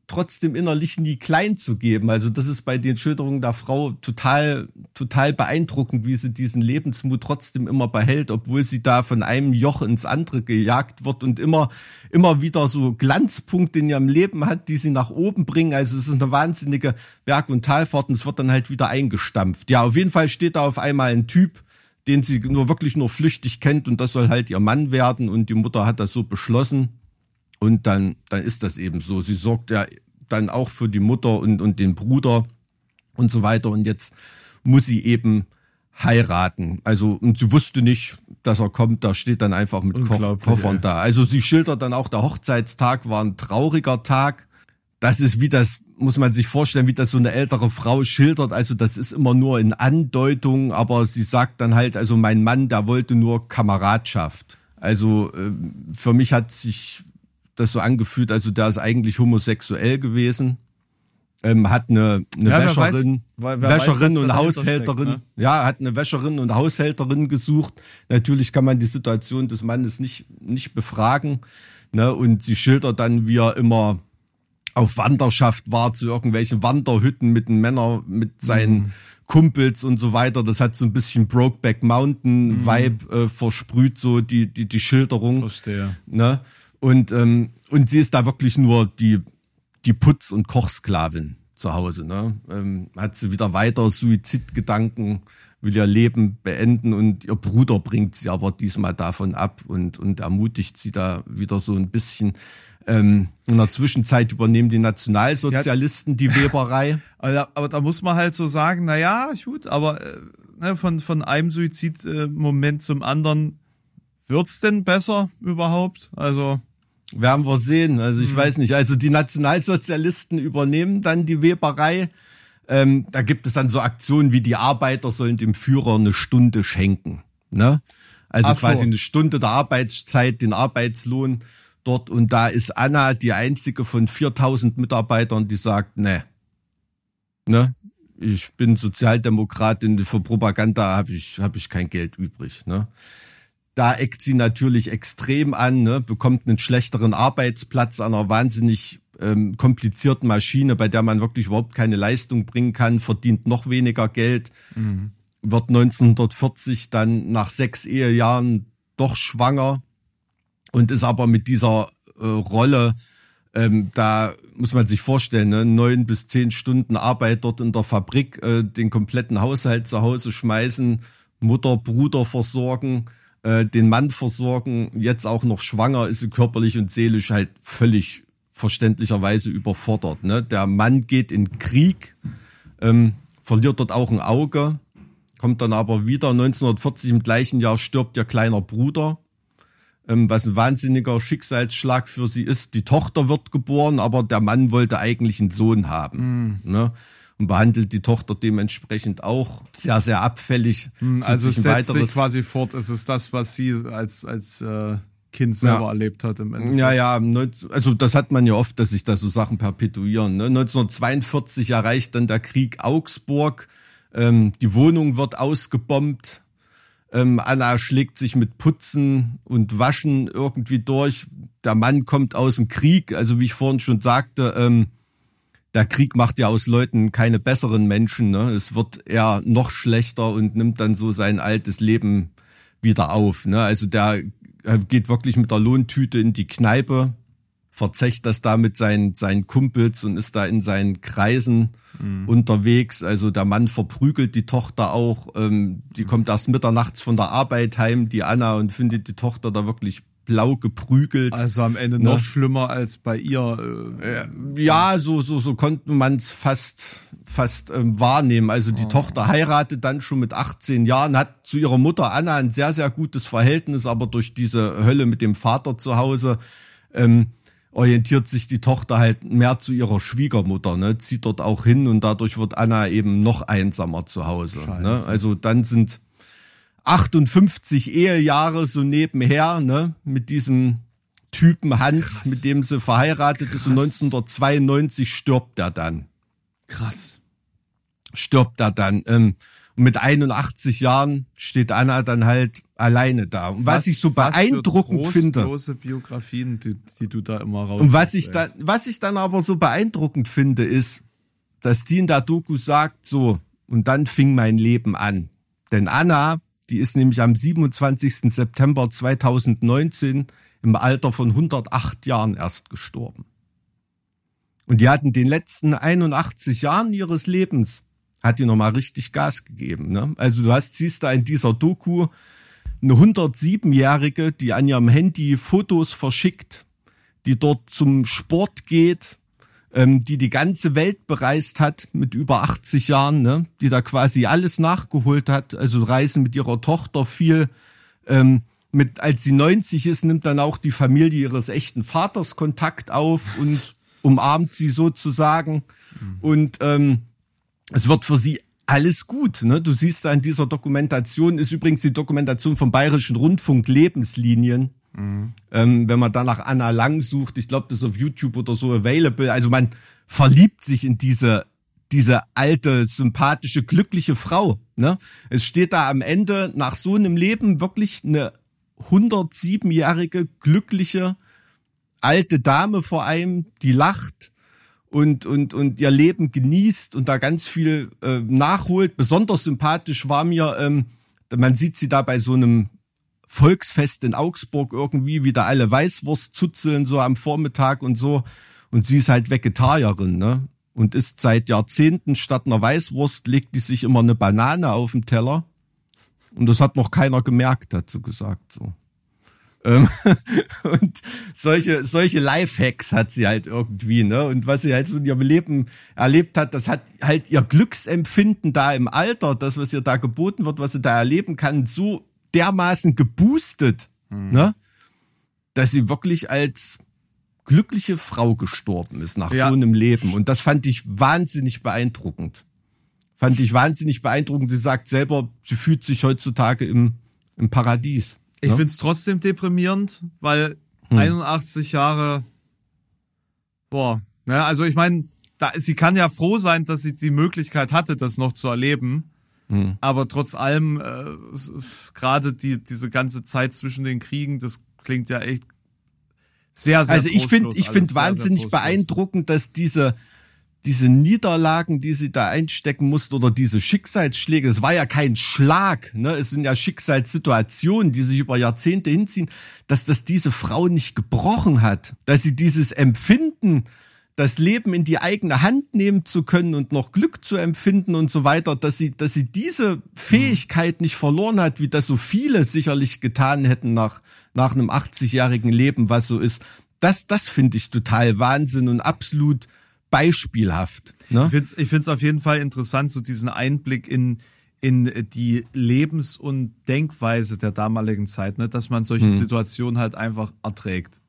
trotzdem innerlich nie klein zu geben. Also das ist bei den Schilderungen der Frau total, total beeindruckend, wie sie diesen Lebensmut trotzdem immer behält, obwohl sie da von einem Joch ins andere gejagt wird und immer, immer wieder so Glanzpunkte in ihrem Leben hat, die sie nach oben bringen. Also es ist eine wahnsinnige Berg- und Talfahrt und es wird dann halt wieder eingestampft. Ja, auf jeden Fall steht da auf einmal ein Typ, den sie nur wirklich nur flüchtig kennt und das soll halt ihr Mann werden und die Mutter hat das so beschlossen. Und dann, dann ist das eben so. Sie sorgt ja dann auch für die Mutter und, und den Bruder und so weiter. Und jetzt muss sie eben heiraten. Also, und sie wusste nicht, dass er kommt. Da steht dann einfach mit Ko- Koffern ey. da. Also sie schildert dann auch, der Hochzeitstag war ein trauriger Tag. Das ist wie das, muss man sich vorstellen, wie das so eine ältere Frau schildert. Also das ist immer nur in Andeutung. Aber sie sagt dann halt, also mein Mann, der wollte nur Kameradschaft. Also für mich hat sich das so angefühlt, also der ist eigentlich homosexuell gewesen, ähm, hat eine, eine ja, Wäscherin, weiß, Wäscherin weiß, und Haushälterin, steckt, ne? ja, hat eine Wäscherin und Haushälterin gesucht. Natürlich kann man die Situation des Mannes nicht, nicht befragen, ne? Und sie schildert dann, wie er immer auf Wanderschaft war, zu irgendwelchen Wanderhütten mit den Männern, mit seinen mhm. Kumpels und so weiter. Das hat so ein bisschen Brokeback Mountain Vibe mhm. äh, versprüht, so die, die, die Schilderung. Verstehe. Ne? Und, ähm, und sie ist da wirklich nur die, die Putz- und Kochsklavin zu Hause. Ne? Ähm, hat sie wieder weiter Suizidgedanken, will ihr Leben beenden und ihr Bruder bringt sie aber diesmal davon ab und, und ermutigt sie da wieder so ein bisschen. Ähm, in der Zwischenzeit übernehmen die Nationalsozialisten ja, die Weberei. Aber, aber da muss man halt so sagen, na ja, gut, aber äh, ne, von, von einem Suizidmoment äh, zum anderen, wird's denn besser überhaupt? Also werden wir sehen. Also ich mhm. weiß nicht. Also die Nationalsozialisten übernehmen dann die Weberei. Ähm, da gibt es dann so Aktionen wie die Arbeiter sollen dem Führer eine Stunde schenken. Ne? Also Ach quasi so. eine Stunde der Arbeitszeit, den Arbeitslohn dort. Und da ist Anna die einzige von viertausend Mitarbeitern, die sagt, ne, ne, ich bin Sozialdemokratin, für Propaganda habe ich, hab ich kein Geld übrig. Ne? Da eckt sie natürlich extrem an, ne? Bekommt einen schlechteren Arbeitsplatz an einer wahnsinnig ähm, komplizierten Maschine, bei der man wirklich überhaupt keine Leistung bringen kann, verdient noch weniger Geld, mhm. wird neunzehnhundertvierzig dann nach sechs Ehejahren doch schwanger und ist aber mit dieser äh, Rolle, ähm, da muss man sich vorstellen, ne? neun bis zehn Stunden Arbeit dort in der Fabrik, äh, den kompletten Haushalt zu Hause schmeißen, Mutter, Bruder versorgen, den Mann versorgen, jetzt auch noch schwanger, ist sie körperlich und seelisch halt völlig verständlicherweise überfordert. Ne? Der Mann geht in Krieg, ähm, verliert dort auch ein Auge, kommt dann aber wieder. neunzehnhundertvierzig im gleichen Jahr stirbt ihr kleiner Bruder, ähm, was ein wahnsinniger Schicksalsschlag für sie ist. Die Tochter wird geboren, aber der Mann wollte eigentlich einen Sohn haben. Mhm. Ne? Und behandelt die Tochter dementsprechend auch sehr, sehr abfällig. Also es setzt sich quasi fort, es ist das, was sie als als äh, Kind selber ja. erlebt hat im Endeffekt. Ja, ja, also das hat man ja oft, dass sich da so Sachen perpetuieren. Ne? neunzehnhundertzweiundvierzig erreicht dann der Krieg Augsburg, ähm, die Wohnung wird ausgebombt, ähm, Anna schlägt sich mit Putzen und Waschen irgendwie durch. Der Mann kommt aus dem Krieg, also wie ich vorhin schon sagte, ähm, der Krieg macht ja aus Leuten keine besseren Menschen. Ne? Es wird eher noch schlechter und nimmt dann so sein altes Leben wieder auf. Ne? Also der geht wirklich mit der Lohntüte in die Kneipe, verzecht das da mit seinen, seinen Kumpels und ist da in seinen Kreisen mhm. unterwegs. Also der Mann verprügelt die Tochter auch. Ähm, die kommt erst mitternachts von der Arbeit heim, die Anna, und findet die Tochter da wirklich blau geprügelt. Also am Ende noch ne? schlimmer als bei ihr. Äh, ja, so so so konnte man es fast fast ähm, wahrnehmen. Also die oh. Tochter heiratet dann schon mit achtzehn Jahren, hat zu ihrer Mutter Anna ein sehr sehr gutes Verhältnis, aber durch diese Hölle mit dem Vater zu Hause ähm, orientiert sich die Tochter halt mehr zu ihrer Schwiegermutter, ne? Zieht dort auch hin und dadurch wird Anna eben noch einsamer zu Hause. Ne? Also dann sind achtundfünfzig Ehejahre so nebenher, ne, mit diesem Typen Hans, Krass. mit dem sie verheiratet Krass. ist, und neunzehnhundertzweiundneunzig stirbt er dann. Krass. Stirbt er dann. Ähm, Und mit einundachtzig Jahren steht Anna dann halt alleine da. Und was, was ich so beeindruckend was für finde. Große Biografien, die, die du da immer raus. Und was ich dann, was ich dann aber so beeindruckend finde, ist, dass die in der Doku sagt, so, und dann fing mein Leben an. Denn Anna, die ist nämlich am siebenundzwanzigsten September zweitausendneunzehn im Alter von hundertacht Jahren erst gestorben. Und die hatten den letzten einundachtzig Jahren ihres Lebens, hat die nochmal richtig Gas gegeben. Ne? Also du hast, siehst da in dieser Doku eine hundertsiebenjährige, die an ihrem Handy Fotos verschickt, die dort zum Sport geht, ähm, die die ganze Welt bereist hat mit über achtzig Jahren, ne? Die da quasi alles nachgeholt hat, also reisen mit ihrer Tochter viel. Ähm, mit, als sie neunzig ist, nimmt dann auch die Familie ihres echten Vaters Kontakt auf und umarmt sie sozusagen. Mhm. Und ähm, es wird für sie alles gut. Ne? Du siehst da in dieser Dokumentation, ist übrigens die Dokumentation vom Bayerischen Rundfunk Lebenslinien. Mhm. Ähm, wenn man da nach Anna Lang sucht, ich glaube, das ist auf YouTube oder so available. Also man verliebt sich in diese diese alte, sympathische, glückliche Frau. Ne? Es steht da am Ende nach so einem Leben wirklich eine hundertsiebenjährige, glückliche, alte Dame vor einem, die lacht und und und ihr Leben genießt und da ganz viel äh, nachholt. Besonders sympathisch war mir, ähm, man sieht sie da bei so einem Volksfest in Augsburg irgendwie, wie da alle Weißwurst zuzeln so am Vormittag und so. Und sie ist halt Vegetarierin, ne? Und isst seit Jahrzehnten statt einer Weißwurst, legt die sich immer eine Banane auf den Teller. Und das hat noch keiner gemerkt, hat sie gesagt, so. Und solche, solche Lifehacks hat sie halt irgendwie, ne? Und was sie halt so in ihrem Leben erlebt hat, das hat halt ihr Glücksempfinden da im Alter, das, was ihr da geboten wird, was sie da erleben kann, so dermaßen geboostet, mhm. ne? Dass sie wirklich als glückliche Frau gestorben ist nach ja. so einem Leben. Und das fand ich wahnsinnig beeindruckend. Fand ich wahnsinnig beeindruckend. Sie sagt selber, sie fühlt sich heutzutage im, im Paradies. Ich finde es trotzdem deprimierend, weil hm. einundachtzig Jahre, boah, ne, also ich meine, da, sie kann ja froh sein, dass sie die Möglichkeit hatte, das noch zu erleben, hm. aber trotz allem, äh, gerade die diese ganze Zeit zwischen den Kriegen, das klingt ja echt sehr, sehr Also ich finde ich finde wahnsinnig sehr, sehr beeindruckend, dass diese diese Niederlagen, die sie da einstecken musste oder diese Schicksalsschläge, es war ja kein Schlag, ne? Es sind ja Schicksalssituationen, die sich über Jahrzehnte hinziehen, dass das diese Frau nicht gebrochen hat, dass sie dieses Empfinden, das Leben in die eigene Hand nehmen zu können und noch Glück zu empfinden und so weiter, dass sie, dass sie diese Fähigkeit nicht verloren hat, wie das so viele sicherlich getan hätten nach, nach einem achtzigjährigen Leben, was so ist. Das, das finde ich total Wahnsinn und absolut beispielhaft. Ne? Ich finde es ich find's auf jeden Fall interessant, so diesen Einblick in, in die Lebens- und Denkweise der damaligen Zeit, ne? Dass man solche hm. Situationen halt einfach erträgt.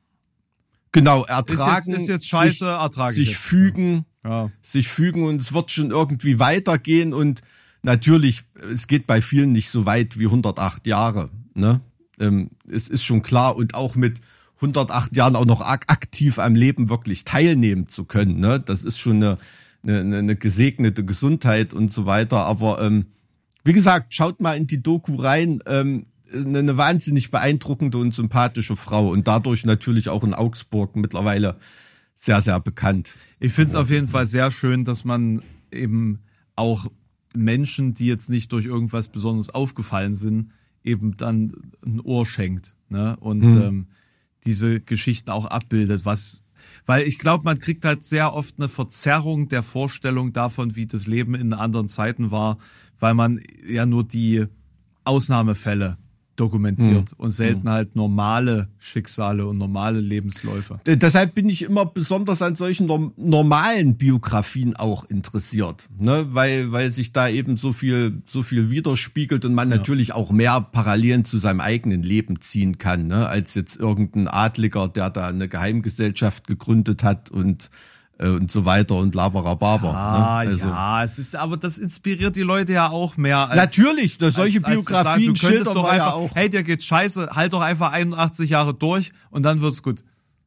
Genau, ertragen, ist jetzt, ist jetzt scheiße, sich, ertrage sich ich fügen, ja. sich fügen und es wird schon irgendwie weitergehen und natürlich, es geht bei vielen nicht so weit wie hundertacht Jahre, ne? Ähm, es ist schon klar und auch mit hundertacht Jahren auch noch aktiv am Leben wirklich teilnehmen zu können, ne? Das ist schon eine, eine, eine gesegnete Gesundheit und so weiter, aber ähm, wie gesagt, schaut mal in die Doku rein, ähm, eine, eine wahnsinnig beeindruckende und sympathische Frau und dadurch natürlich auch in Augsburg mittlerweile sehr, sehr bekannt. Ich finde es auf jeden Fall sehr schön, dass man eben auch Menschen, die jetzt nicht durch irgendwas besonders aufgefallen sind, eben dann ein Ohr schenkt, ne? Und hm. ähm, diese Geschichten auch abbildet, was, weil ich glaube, man kriegt halt sehr oft eine Verzerrung der Vorstellung davon, wie das Leben in anderen Zeiten war, weil man ja nur die Ausnahmefälle dokumentiert hm. und selten halt normale Schicksale und normale Lebensläufe. Deshalb bin ich immer besonders an solchen normalen Biografien auch interessiert, ne, weil weil sich da eben so viel so viel widerspiegelt und man ja. natürlich auch mehr Parallelen zu seinem eigenen Leben ziehen kann, ne, als jetzt irgendein Adliger, der da eine Geheimgesellschaft gegründet hat und und so weiter und laberababer. Ah, ne? Also, ja, es ist, aber das inspiriert die Leute ja auch mehr. Als, natürlich, dass solche als, Biografien als sagen, schildern doch wir einfach, ja auch. Hey, dir geht's scheiße, halt doch einfach einundachtzig Jahre durch und dann wird's gut.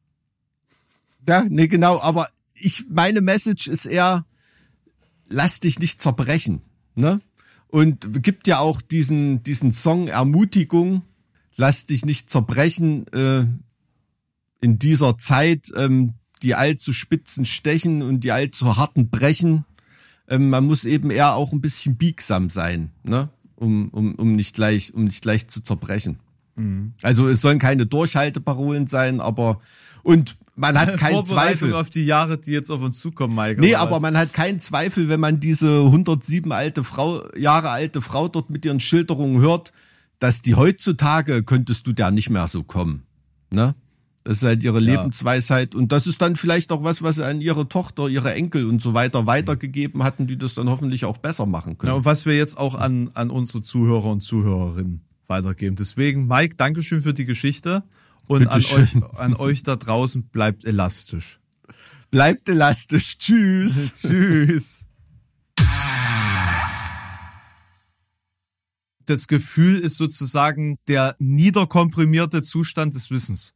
Ja, nee, genau, aber ich, meine Message ist eher, lass dich nicht zerbrechen, ne? und gibt ja auch diesen, diesen Song Ermutigung, lass dich nicht zerbrechen, äh, in dieser Zeit, ähm, die allzu spitzen stechen und die allzu harten brechen. Ähm, man muss eben eher auch ein bisschen biegsam sein, ne? um, um, um nicht gleich, um nicht gleich zu zerbrechen. Mhm. Also es sollen keine Durchhalteparolen sein, aber und man hat keinen Zweifel auf die Jahre, die jetzt auf uns zukommen, Mike. Nee, aber was? Man hat keinen Zweifel, wenn man diese hundertsieben alte Frau, Jahre alte Frau dort mit ihren Schilderungen hört, dass die heutzutage könntest du da nicht mehr so kommen. Ne? Das ist halt ihre ja. Lebensweisheit und das ist dann vielleicht auch was, was sie an ihre Tochter, ihre Enkel und so weiter weitergegeben hatten, die das dann hoffentlich auch besser machen können. Ja, und was wir jetzt auch an, an unsere Zuhörer und Zuhörerinnen weitergeben. Deswegen, Mike, Dankeschön für die Geschichte. Und an euch, an euch da draußen, bleibt elastisch. Bleibt elastisch. Tschüss. Tschüss. Das Gefühl ist sozusagen der niederkomprimierte Zustand des Wissens.